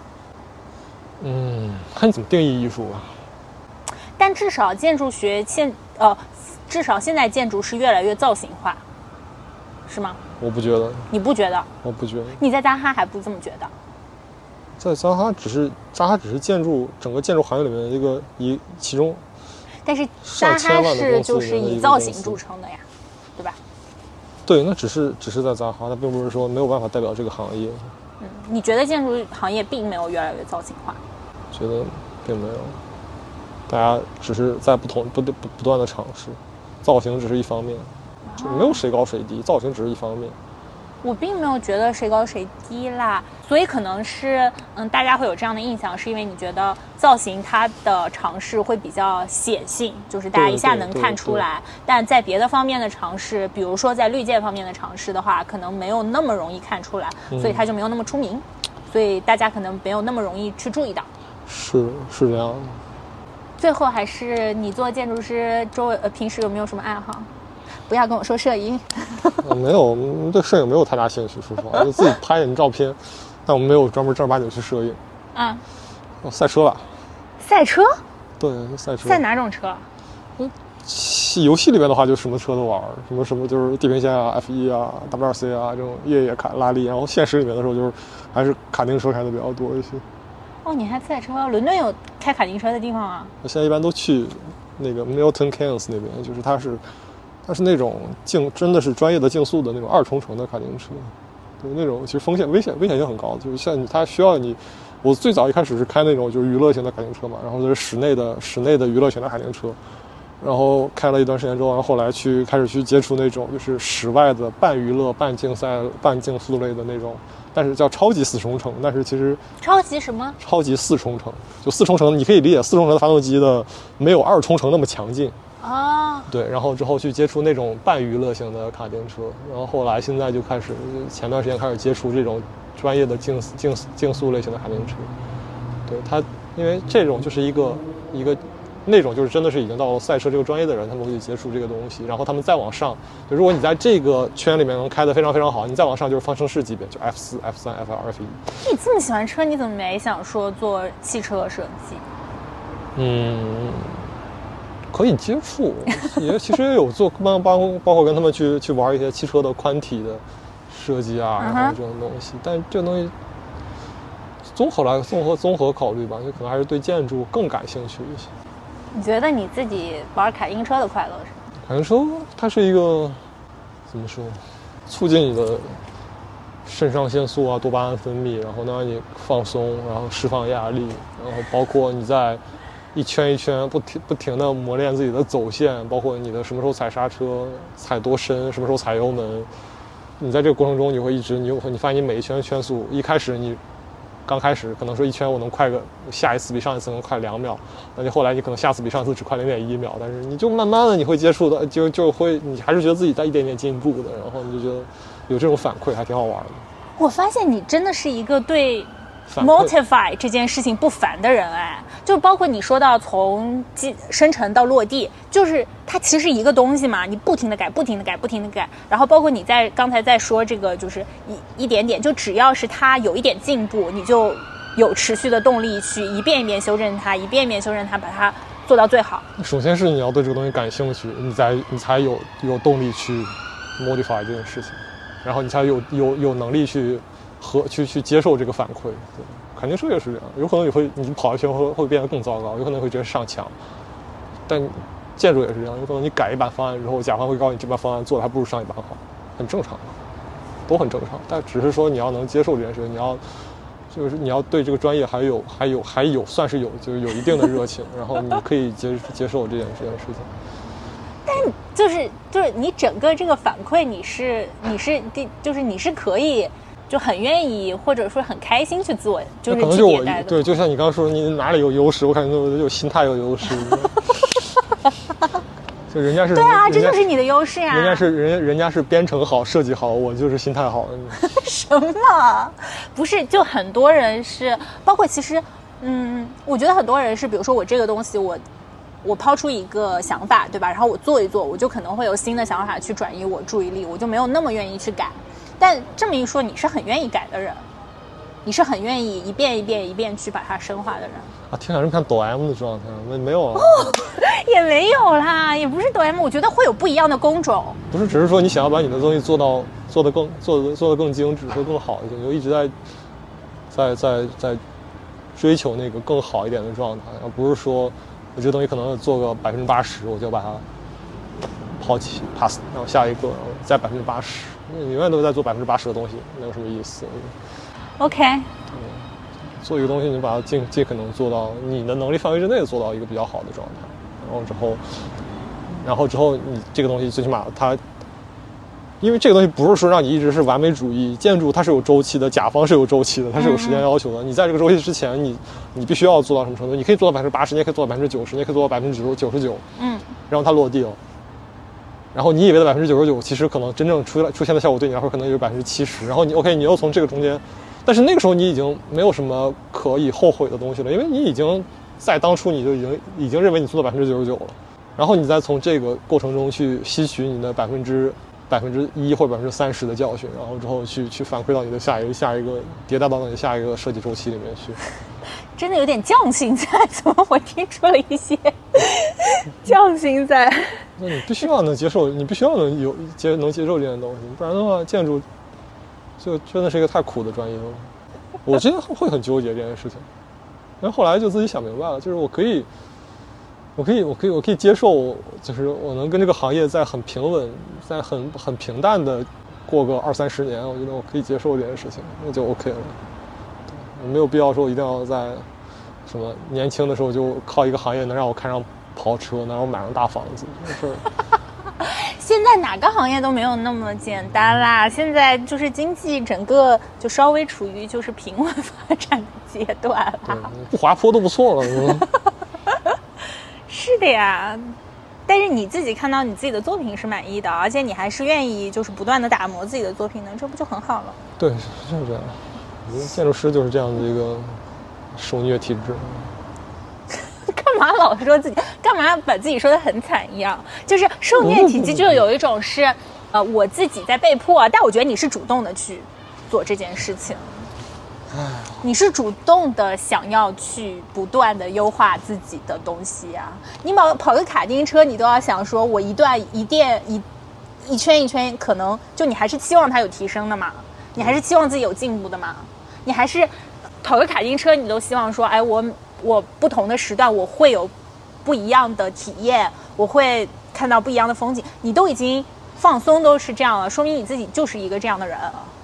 看你怎么定义艺术啊。 但至少建筑学至少现在建筑是越来越造型化，是吗？ 我不觉得。 你不觉得？ 我不觉得。 你在扎哈还不这么觉得？ 在扎哈只是整个建筑行业里面的其中。 但是扎哈是就是以造型著称的呀，对吧？ 对，那只是在扎哈，它并不是说没有办法代表这个行业。 你觉得建筑行业并没有越来越造型化？ 觉得并没有，大家只是在不断的尝试，造型只是一方面，就没有谁高谁低，造型只是一方面。 我并没有觉得谁高谁低啦，所以可能是大家会有这样的印象，是因为你觉得造型它的尝试会比较显性，就是大家一下能看出来，但在别的方面的尝试，比如说在绿界方面的尝试的话，可能没有那么容易看出来，所以它就没有那么出名，所以大家可能没有那么容易去注意到。是这样的。 最后还是你做建筑师平时有没有什么爱好？不要跟我说摄影。 没有，对摄影没有太大兴趣，说实话，就自己拍点照片，但我们没有专门正儿八经去摄影。赛车吧。赛车？对，赛车。 赛哪种车？ 游戏里面的话，就什么车都玩，什么就是地平线啊、F1啊、WRC 啊这种越野拉力，然后现实里面的时候就是还是卡丁车开的比较多一些。 你还赛车？伦敦有开卡丁车的地方啊？ 我现在一般都去那个 Milton Keynes 那边，就是它是那种真的是专业的竞速的那种2冲程的卡丁车，对，那种其实危险性很高，就是像它需要你。我最早一开始是开那种就是娱乐型的卡丁车嘛，然后就是室内的娱乐型的卡丁车，然后开了一段时间之后，然后后来开始去接触那种就是室外的半娱乐、半竞赛、半竞速类的那种，但是叫超级4冲程，但是其实超级什么？超级 4冲程，就4冲程，你可以理解4冲程的发动机的没有2冲程那么强劲。对，然后之后去接触那种半娱乐型的卡丁车，然后后来现在就前段时间开始接触这种专业的竞速类型的卡丁车。对，它因为这种就是一个那种就是真的是已经到赛车这个专业的人，他们会去接触这个东西，然后他们再往上，就如果你在这个圈里面能开得非常非常好，你再往上就是方程式级别，就 F4、F3、F2、F1。 你这么喜欢车，你怎么没想说做汽车设计？ 可以接触，其实也有做包括跟他们去玩一些汽车的宽体的设计啊，然后这种东西。但这个东西综合考虑吧，就可能还是对建筑更感兴趣一些。 你觉得你自己玩卡丁车的快乐是什么？ 卡海豚车它是一个怎么说，促进你的肾上腺素啊、多巴胺分泌，然后能让你放松，然后释放压力，然后包括你在一圈一圈不停的磨练自己的走线，包括你的什么时候踩刹车、踩多深、什么时候踩油门。你在这个过程中，你会一直你发现你每一圈圈速，一开始你刚开始可能说一圈我能快个，下一次比上一次能快2秒，那你后来你可能下次比上次只快0.1秒，但是你就慢慢的你会接触的，就会你还是觉得自己在一点点进步的，然后你就觉得有这种反馈还挺好玩的。 我发现你真的是一个对 Motify 这件事情不烦的人哎，就包括你说到从生成到落地，就是它其实一个东西嘛，你不停的改，然后包括你刚才在说这个，就是一点点，就只要是它有一点进步，你就有持续的动力去一遍一遍修正它，把它做到最好。 首先是你要对这个东西感兴趣，你才有动力去 modify 这件事情，然后你才有能力去接受这个反馈。对，肯定车也是这样，有可能你跑一圈会变得更糟糕，有可能会觉得上墙，但建筑也是这样，有可能你改一版方案之后，甲方会告诉你这版方案做的还不如上一版好，很正常，都很正常。但只是说你要能接受这件事情，你要对这个专业还有算是就是有一定的热情，然后你可以接受这件事情。 但就是你整个这个反馈，你是可以就很愿意或者说很开心去做，就是可能就我对，就像你刚刚说你哪里有优势，我感觉就心态有优势。就人家是对啊，这就是你的优势呀。 人家是编程好、设计好，我就是心态好。 什么？不是，就很多人是，包括其实，我觉得很多人是，比如说我这个东西，我抛出一个想法，对吧？然后我做一做，我就可能会有新的想法去转移我注意力，我就没有那么愿意去改。但这么一说，你是很愿意改的人，你是很愿意一遍去把它深化的人啊！听起来是看抖 M 的状态，没有啊。 也没有啦，也不是抖 M， 我觉得会有不一样的工种。 不是，只是说你想要把你的东西做得更精致，会更好一些，你就一直在追求那个更好一点的状态，而不是说我这个东西可能做个80%，我就把它抛弃 pass， 然后下一个，然后再80%，你永远都在做80%的东西，没有什么意思。 OK。 做一个东西，你把它尽可能做到你的能力范围之内，做到一个比较好的状态。然后之后你这个东西最起码它，因为这个东西不是说让你一直是完美主义，建筑它是有周期的，甲方是有周期的，它是有时间要求的。你在这个周期之前，你必须要做到什么程度？你可以做到80%，你也可以做到90%，你也可以做到99%。然后它落地了。然后你以为的99%，其实可能真正出现的效果对你来说可能有70%。然后你又从这个中间，但是那个时候你已经没有什么可以后悔的东西了，因为你已经在当初你就已经认为你做到99%了。然后你再从这个过程中去吸取你的1%或者30%的教训，然后之后去反馈到你的下一个迭代到你的下一个设计周期里面去。 真的有点匠心在，怎么我听出了一些匠心在？ 那你必须要能接受，你必须要能接受这件东西，不然的话，建筑就真的是一个太苦的专业了。我之前会很纠结这件事情，但后来就自己想明白了，就是我可以接受，就是我能跟这个行业在很平稳、在很平淡的过个20-30年，我觉得我可以接受这件事情，那就 OK 了。没有必要说我一定要在什么年轻的时候就靠一个行业能让我开上跑车，能让我买上大房子，这事儿。 现在哪个行业都没有那么简单啦，现在就是经济整个就稍微处于就是平稳发展的阶段啦， 不滑坡都不错了。 是的呀，但是你自己看到你自己的作品是满意的，而且你还是愿意就是不断的打磨自己的作品呢，这不就很好了？ 对，就是这样。我觉得建筑师就是这样的一个受虐体质。 干嘛老说自己？干嘛把自己说的很惨一样？就是受虐体质，就有一种是，我自己在被迫，但我觉得你是主动的去做这件事情。你是主动的想要去不断的优化自己的东西啊！你跑个卡丁车，你都要想说，我一圈一圈，可能就你还是期望它有提升的嘛，你还是期望自己有进步的嘛，你还是跑个卡丁车，你都希望说，哎，我不同的时段我会有不一样的体验，我会看到不一样的风景，你都已经放松都是这样了，说明你自己就是一个这样的人。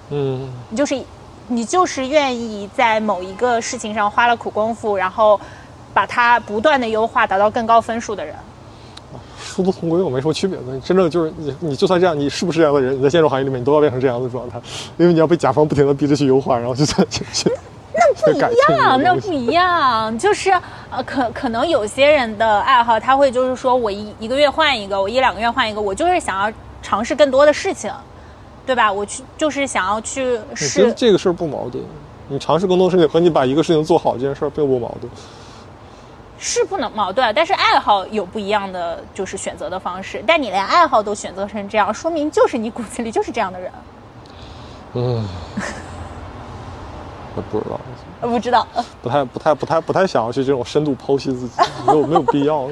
你就是愿意在某一个事情上花了苦功夫，然后把它不断的优化，达到更高分数的人。 殊途同归，我没说区别的。真正就是你就算这样，你是不是这样的人，你在建筑行业里面你都要变成这样的状态，因为你要被甲方不停的逼着去优化，然后去那不一样，那不一样，就是可能有些人的爱好，他会就是说我一个月换一个，我1-2个月换一个，我就是想要尝试更多的事情，对吧？我就是想要去试。 跟这个事儿不矛盾，你尝试更多事情和你把一个事情做好这件事儿并不矛盾。 是不能矛盾，但是爱好有不一样的就是选择的方式，但你连爱好都选择成这样，说明就是你骨子里就是这样的人。 我不知道，不太想要去这种深度剖析自己，没有必要。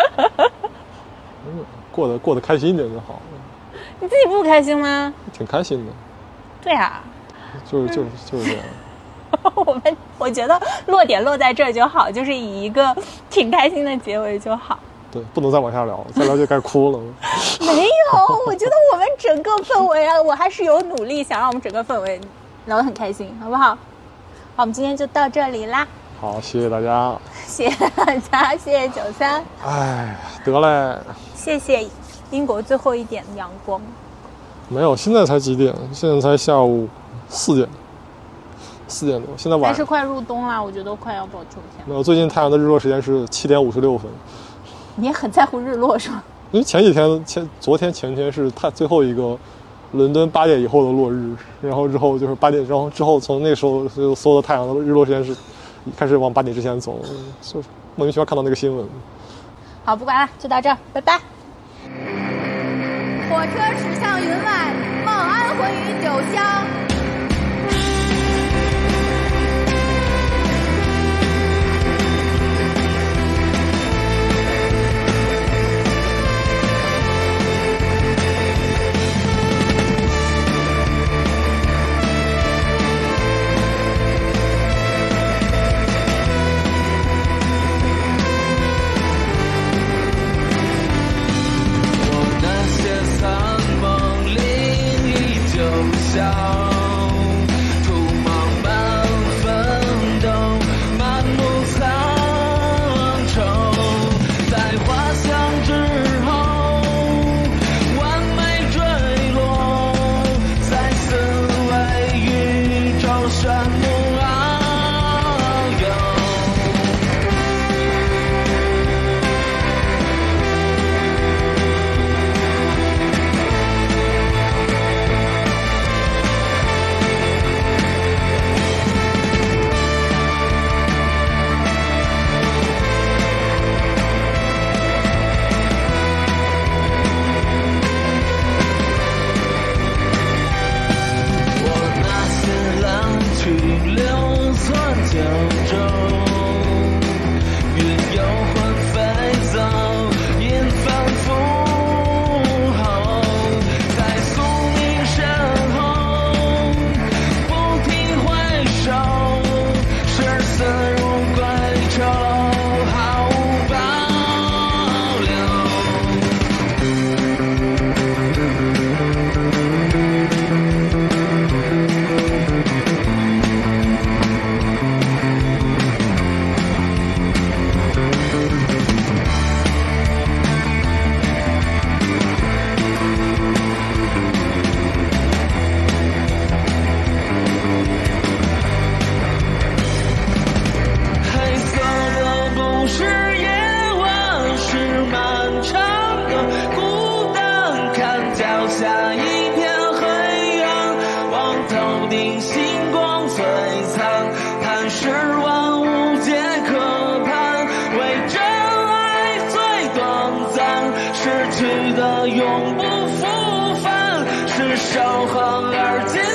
过得开心一点就好。 你自己不开心吗？ 挺开心的。 对啊， 就是这样。 我觉得落点落在这儿就好，就是以一个挺开心的结尾就好。 对，不能再往下聊，再聊就该哭了。 没有，我觉得我们整个氛围啊，我还是有努力想让我们整个氛围聊得很开心，好不好？好，我们今天就到这里啦。 好，谢谢大家。 谢谢大家，谢谢93。 哎，得嘞。 谢谢英国最后一点阳光。 没有，现在才几点？现在才下午4点。4点多，现在晚上。 但是快入冬了，我觉得快要到秋天。 没有，最近太阳的日落时间是7点56分。 你也很在乎日落是吗？ 因为昨天前天是最后一个伦敦8点以后的落日，然后之后就是8点，然后之后从那时候就所有的太阳的日落时间是开始往8点之前走，就是莫名其妙看到那个新闻。 好，不管了，就到这儿，拜拜。 火车驶向云外，梦安魂于酒香。 永不复返，是守恒而坚。